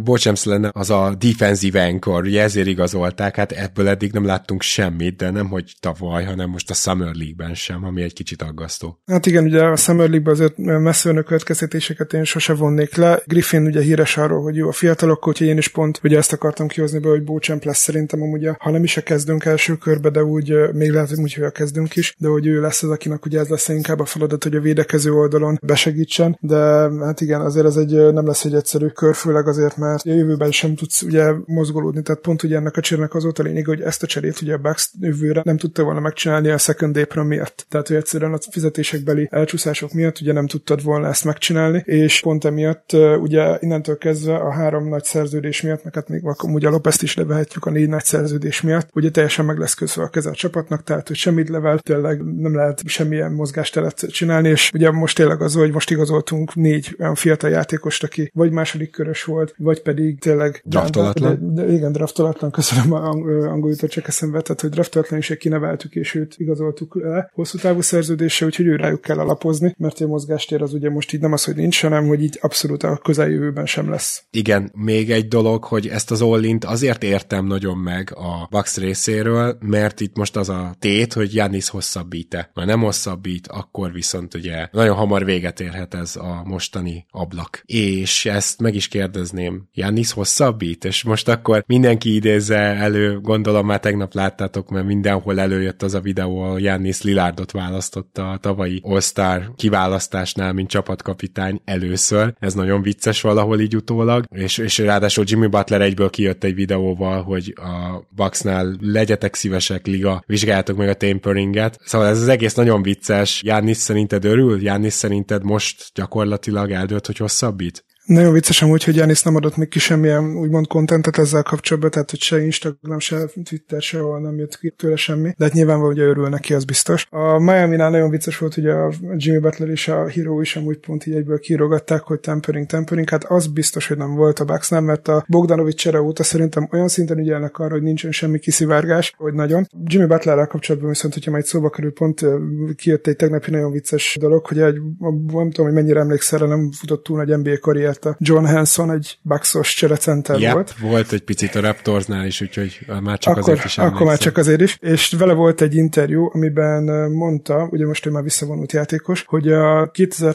Beauchamp lenne az a defensive anchor, ugye ezért igazolták, hát ebből eddig nem láttunk semmit, de nem hogy tavaly, hanem most a Summer League-ben sem, ami egy kicsit aggasztó. Hát igen, ugye a Summer League-ben azért messze önök következtetéseket én sose vonnék le. Griffin ugye híres arról, hogy jó a fiatalok, úgyhogy én is pont ugye ezt akartam kihozni be, hogy Beauchamp lesz szerintem amúgy, ha nem is a kezdünk első körbe, de úgy még lehet, hogy úgy, hogy a kezdünk is, de hogy ő lesz az, akinek ugye ez lesz inkább a feladat, hogy a védekező oldalon besegítsen, de hát igen, azért ez nem lesz egy egyszerű kör, főleg azért, mert a jövőben sem tudsz ugye mozgolódni, tehát pont ugye ennek a cserének az volt a lényeg, hogy ezt a cserét ugye a Bucks jövőre nem tudta volna megcsinálni a second apron miatt. Tehát, hogy egyszerűen a fizetésekbeli elcsúszások miatt ugye nem tudtad volna ezt megcsinálni, és pont emiatt ugye innentől kezdve a 3 nagy szerződés miatt, meg hát még ugye a Lopez-t is levehetjük a 4 nagy szerződés miatt, ugye teljesen meg lesz kötve a keze a csapatnak, tehát hogy semmit level, tényleg nem lehet semmilyen mozgásteret csinálni, és ugye most tényleg az, hogy most igazoltunk 4 olyan fiatal játékost, aki vagy második körös volt, vagy pedig tényleg draftolatlan. Igen, draftolatlan, köszönöm, angol jutott csak eszembe, tehát hogy draftolatlan is kineveltük, és őt igazoltuk le hosszú távú szerződéssel, úgyhogy ő rájuk kell alapozni, mert a mozgástér az ugye most így nem az, hogy nincs, hanem hogy így abszolút a közeljövőben sem lesz. Igen, még egy dolog, hogy ezt az all-int azért értem nagyon meg a Bucks részéről, mert itt most az a tét, hogy Giannis hosszabbít-e. Ha nem hosszabbít, akkor viszont ugye nagyon hamar véget érhet ez a mostani ablak. És ezt meg is kérdezném, Giannis hosszabbít? És most akkor mindenki idézze elő, gondolom már tegnap láttátok, mert mindenhol előjött az a videó, ahol Giannis Lillardot választotta a tavalyi All-Star kiválasztásnál, mint csapatkapitány először. Ez nagyon vicces valahol így utólag, és ráadásul Jimmy Butler egyből kijött egy videóval, hogy a Bucksnál legyetek szívesek, liga, vizsgáljátok meg a tamperinget. Szóval ez az egész nagyon vicces. Giannis szerinted örül? Giannis szerinted most gyakorlatilag eldőlt, hogy hosszabbít? Nagyon vicces amúgy, hogy Giannis nem adott még ki semmilyen úgymond kontentet ezzel kapcsolatban, tehát hogy se Instagram, se Twitter, sehol nem jött ki tőle semmi, de hát nyilvánvalóan ugye örül neki, az biztos. A Miami-nál nagyon vicces volt, hogy a Jimmy Butler és a Hero is amúgy pont így egyből kiírogatták, hogy tampering, hát az biztos, hogy nem volt a Bucksnál, mert a Bogdanović csere óta szerintem olyan szinten ügyelnek arra, hogy nincsen semmi kiszivárgás, hogy nagyon. Jimmy Butlerrel kapcsolatban viszont, hogyha majd szóba kerül, pont kijött egy tegnapi nagyon vicces dolog, hogy nem tudom, hogy mennyire emlékszel, nem futott túl nagy NBA karriert a John Hanson, egy Bucks-os cserecenter volt egy picit a Raptorsnál is, úgyhogy már csak azért is emlékszem. Akkor már csak azért is, és vele volt egy interjú, amiben mondta, ugye most ő már visszavonult játékos, hogy a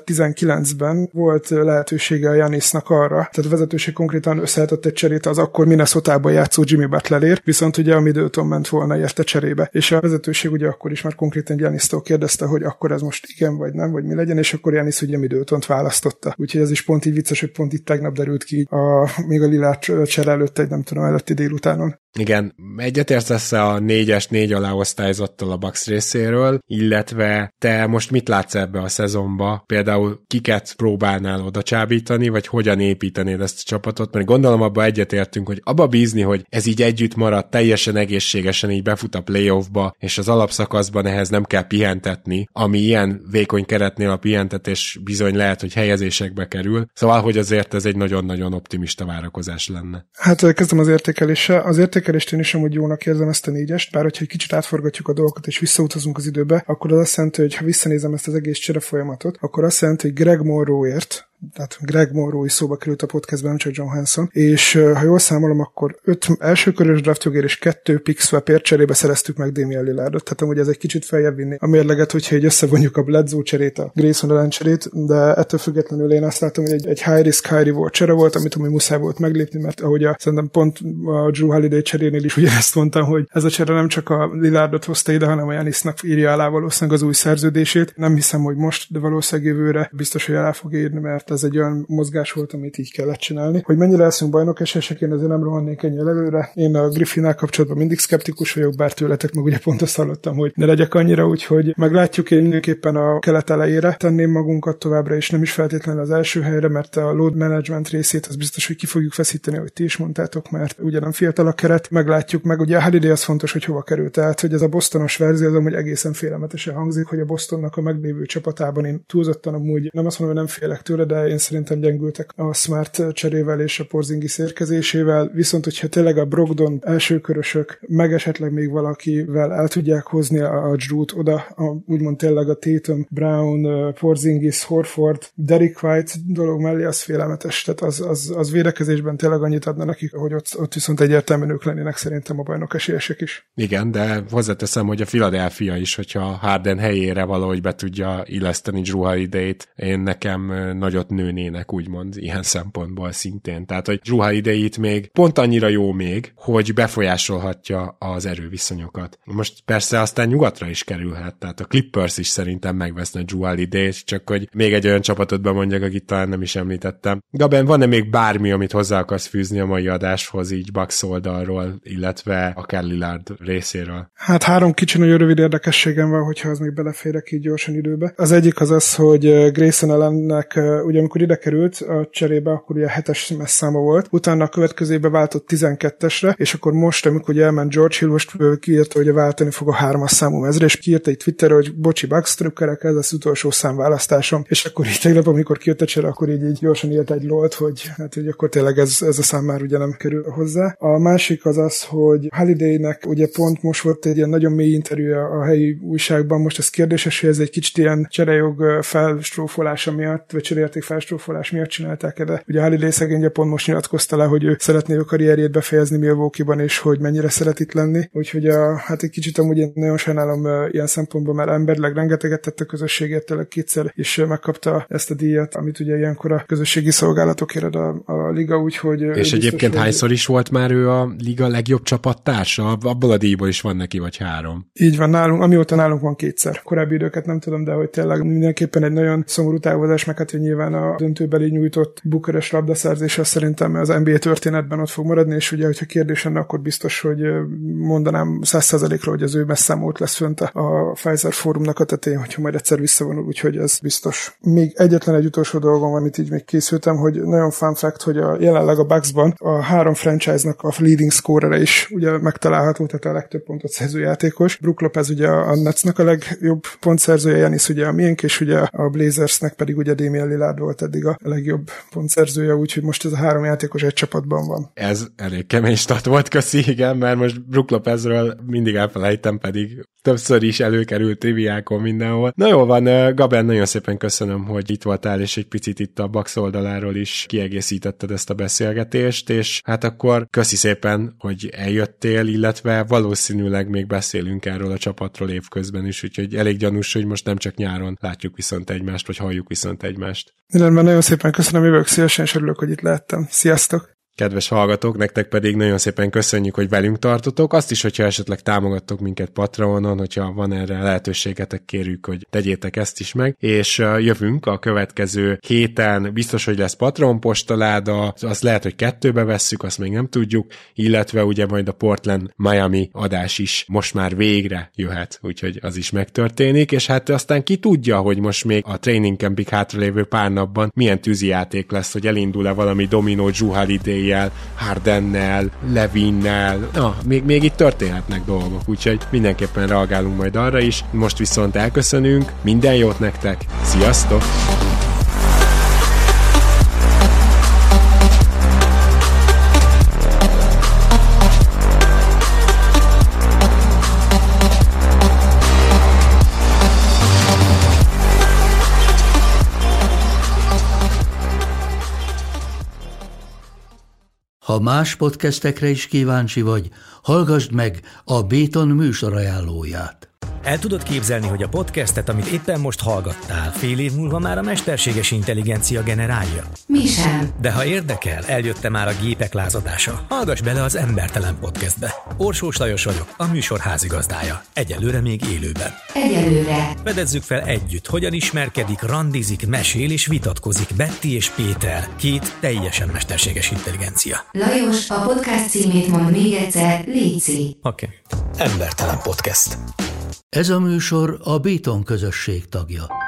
2019-ben volt lehetősége a Giannisnak arra, tehát a vezetőség konkrétan összehetett egy cserét az akkor Minnesotában játszó Jimmy Butlerért, viszont ugye a Middleton ment volna érte cserébe, és a vezetőség ugye akkor is már konkrétan Giannistól kérdezte, hogy akkor ez most igen vagy nem, vagy mi legyen, és akkor Giannis ugye Middletont választotta. Úgyhogy ez is pont így vicces, hogy pont itt tegnap derült ki még a Lillard csere előtt egy nem tudom, előtti délutánon. Igen, egyetértesz a 4-es 4 alá osztályzattal a Bucks részéről, illetve te most mit látsz ebbe a szezonba? Például kiket próbálnál oda csábítani, vagy hogyan építenéd ezt a csapatot? Mert gondolom abba egyetértünk, hogy abba bízni, hogy ez így együtt marad, teljesen egészségesen így befut a playoffba, és az alapszakaszban ehhez nem kell pihentetni, ami ilyen vékony keretnél a pihentetés bizony lehet, hogy helyezésekbe kerül. Szóval, hogy azért ez egy nagyon-nagyon optimista várakozás lenne. Hát kezdem az értékeléssel. Az értékelést én is amúgy jónak érzem ezt a 4-est, bár hogyha egy kicsit átforgatjuk a dolgokat és visszautazunk az időbe, akkor az azt jelenti, hogy ha visszanézem ezt az egész csere folyamatot, akkor azt jelenti, hogy Greg Monroe-ért, tehát Greg Monroe is szóba került a podcastben, nem csak John Hanson, és ha jól számolom, akkor 5 elsőkörös draftjogért és 2 pick swapért cserébe szereztük meg Damian Lillardot, tehát amúgy ez egy kicsit feljebb vinni a mérleget, hogyha így összevonjuk a Bledsoe cserét, a Grayson Allen cserét, de ettől függetlenül én azt látom, hogy egy high risk, high reward csere volt, amit amúgy muszáj volt meglépni, mert ahogy szerintem pont a Drew Holiday cserénél is ugyanezt mondtam, hogy ez a csere nem csak a Lillardot hozta ide, hanem a Giannisnak írja alá valószínűleg az új szerződését. Nem hiszem, hogy most, de valószínűleg jövőre biztos, hogy alá fog írni, mert ez egy olyan mozgás volt, amit így kellett csinálni. Hogy mennyire leszünk bajnok esélyesek, én azért nem rohannék ennyi előre. Én a Griffinnel kapcsolatban mindig szkeptikus vagyok, bár tőletek meg ugye pont azt hallottam, hogy ne legyek annyira, úgyhogy meglátjuk, én mindenképpen a kelet elejére tenném magunkat továbbra, és nem is feltétlenül az első helyre, mert a load management részét az biztos, hogy ki fogjuk feszíteni, ahogy ti is mondtátok, mert ugye nem fiatal a keret, meglátjuk meg. Ugye a Holiday az fontos, hogy hova került. Tehát, hogy ez a bostonos verzió az amúgy egészen félelmetesen hangzik, hogy a Bostonnak a meglévő csapatában én túlzottan amúgy nem azt mondom, hogy nem félek tőle, de elején szerintem gyengültek a Smart cserével és a Porzingis érkezésével, viszont hogyha tényleg a Brogdon elsőkörösök, meg esetleg még valakivel el tudják hozni a Drew-t oda, úgymond tényleg a Tatum, Brown, Porzingis, Horford, Derrick White dolog mellé, az félelmetes. Tehát az védekezésben tényleg annyit adna nekik, hogy ott viszont egyértelműen ők lennének szerintem a bajnok esélyesek is. Igen, de hozzáteszem, hogy a Philadelphia is, hogyha Harden helyére valahogy be tudja illeszteni Jrue Holiday-t, én nekem nagyot nőnének, úgymond, ilyen szempontból szintén. Tehát, hogy Jrue Holiday-t még pont annyira jó még, hogy befolyásolhatja az erőviszonyokat. Most persze aztán nyugatra is kerülhet, tehát a Clippers is szerintem megveszne Jrue Holiday-t, csak hogy még egy olyan csapatot bemondjak, akit talán nem is említettem. Gaben, van-e még bármi, amit hozzá akarsz fűzni a mai adáshoz, így Bucks oldalról, illetve a Lillard részéről? Hát 3 kicsi nagyon rövid érdekességem van, hogyha az még beleférek így gyorsan időbe. Az egyik az, hogy Grayson Allennek, ugye amikor ide került a cserébe, akkor ugye 7-es messzáma volt, utána a következőbe váltott 12-esre, és akkor most, amikor ugye elment George Hill, most kiírta, hogy váltani fog a 3-as számú mezre, és kiírta egy Twitterre, hogy bocsi, Bucks trükkerek, ez az utolsó számválasztásom, és akkor így tegnap, amikor kijött a csere, akkor így gyorsan írt egy LOL-t, hogy hát így akkor tényleg ez a szám már ugye nem kerül hozzá. A másik az, hogy Holidaynek ugye pont most volt egy ilyen nagyon mély interjúja a helyi újságban, most ez kérdéses, hogy ez egy kicsit ilyen cserejog felstrófolása miatt, vagy csereérték felstrófolás miatt csinálták, de ugye Holiday szegénye pont most nyilatkozta le, hogy ő szeretné a karrierjét befejezni Milwaukee-ban, és hogy mennyire szeret itt lenni. Úgyhogy hát egy kicsit amúgy én nagyon sajnálom ilyen szempontból, mert emberileg rengeteget tett a közösségért, tényleg kétszer is megkapta ezt a díjat, amit ugye ilyenkor a közösségi szolgálatokért a liga, úgyhogy... És egyébként hányszor is volt már ő a liga legjobb csapattársa? Abból a díjból is van neki, vagy 3. Így van nálunk, amióta nálunk van 2-szer. Korábbi időket nem tudom, de hogy tényleg mindenképpen egy nagyon szomorú távozás, meg hát, hogy nyilván a döntőbeli nyújtott Bookeres labdaszerzése szerintem az NBA történetben ott fog maradni, és ugye, hogyha kérdés lenne, akkor biztos, hogy mondanám 100%-ra, hogy az ő messzámot lesz fönt a Pfizer fórumnak a tetején, hogyha majd egyszer visszavonul, úgyhogy ez biztos. Még egyetlen egy utolsó dolgom, amit így még készültem, hogy nagyon fun fact, hogy jelenleg a Bucksban a 3 franchise-nak a leading scorere is ugye megtalálható, tehát a legtöbb pontot szerző játékos. Brook Lopez ugye a Netsnek a legjobb pontszerzője, Giannis ugye a miénk, és ugye a Blazersnek pedig ugye Damian Lillard volt eddig a legjobb pontszerzője, úgyhogy most ez a 3 játékos egy csapatban van. Ez elég kemény stat volt, köszi, igen, mert most Brook Lopezről mindig elfelejtem, pedig többször is előkerült triviákon mindenhol. Na jól van, Gaben, nagyon szépen köszönöm, hogy itt voltál, és egy picit itt a Bucks oldaláról is kiegészítetted ezt a beszélgetést, és hát akkor köszi szépen, hogy eljöttél, illetve valószínűleg még beszélünk erről a csapatról évközben is, úgyhogy elég gyanús, hogy most nem csak nyáron látjuk viszont egymást, vagy halljuk viszont egymást. Mindenben nagyon szépen köszönöm, jövök szívesen, és örülök, hogy itt lehettem. Sziasztok! Kedves hallgatók, nektek pedig nagyon szépen köszönjük, hogy velünk tartotok. Azt is, hogyha esetleg támogattok minket Patreonon, hogyha van erre lehetőségetek, kérjük, hogy tegyétek ezt is meg. És jövünk a következő héten, biztos, hogy lesz Patreon postaláda, azt lehet, hogy 2-be vesszük, azt még nem tudjuk, illetve ugye majd a Portland-Miami adás is most már végre jöhet, úgyhogy az is megtörténik, és hát aztán ki tudja, hogy most még a training campig hátralévő pár napban milyen tűzijáték lesz, hogy elindul-e valami dominó Jrue Holiday Hardennel, Levinnel, még itt történhetnek dolgok, úgyhogy mindenképpen reagálunk majd arra is. Most viszont elköszönünk, minden jót nektek, sziasztok! Ha más podcastekre is kíváncsi vagy, hallgassd meg a Béton műsor ajánlóját. El tudod képzelni, hogy a podcastet, amit éppen most hallgattál, fél év múlva már a mesterséges intelligencia generálja? Mi sem. De ha érdekel, eljött már a gépek lázadása. Hallgass bele az Embertelen Podcastbe. Orsós Lajos vagyok, a műsor házigazdája. Egyelőre még élőben. Egyelőre. Fedezzük fel együtt, hogyan ismerkedik, randizik, mesél és vitatkozik Betty és Péter, 2 teljesen mesterséges intelligencia. Lajos, a podcast címét mond még egyszer, léci. Oké. Embertelen Podcast. Ez a műsor a Béton közösség tagja.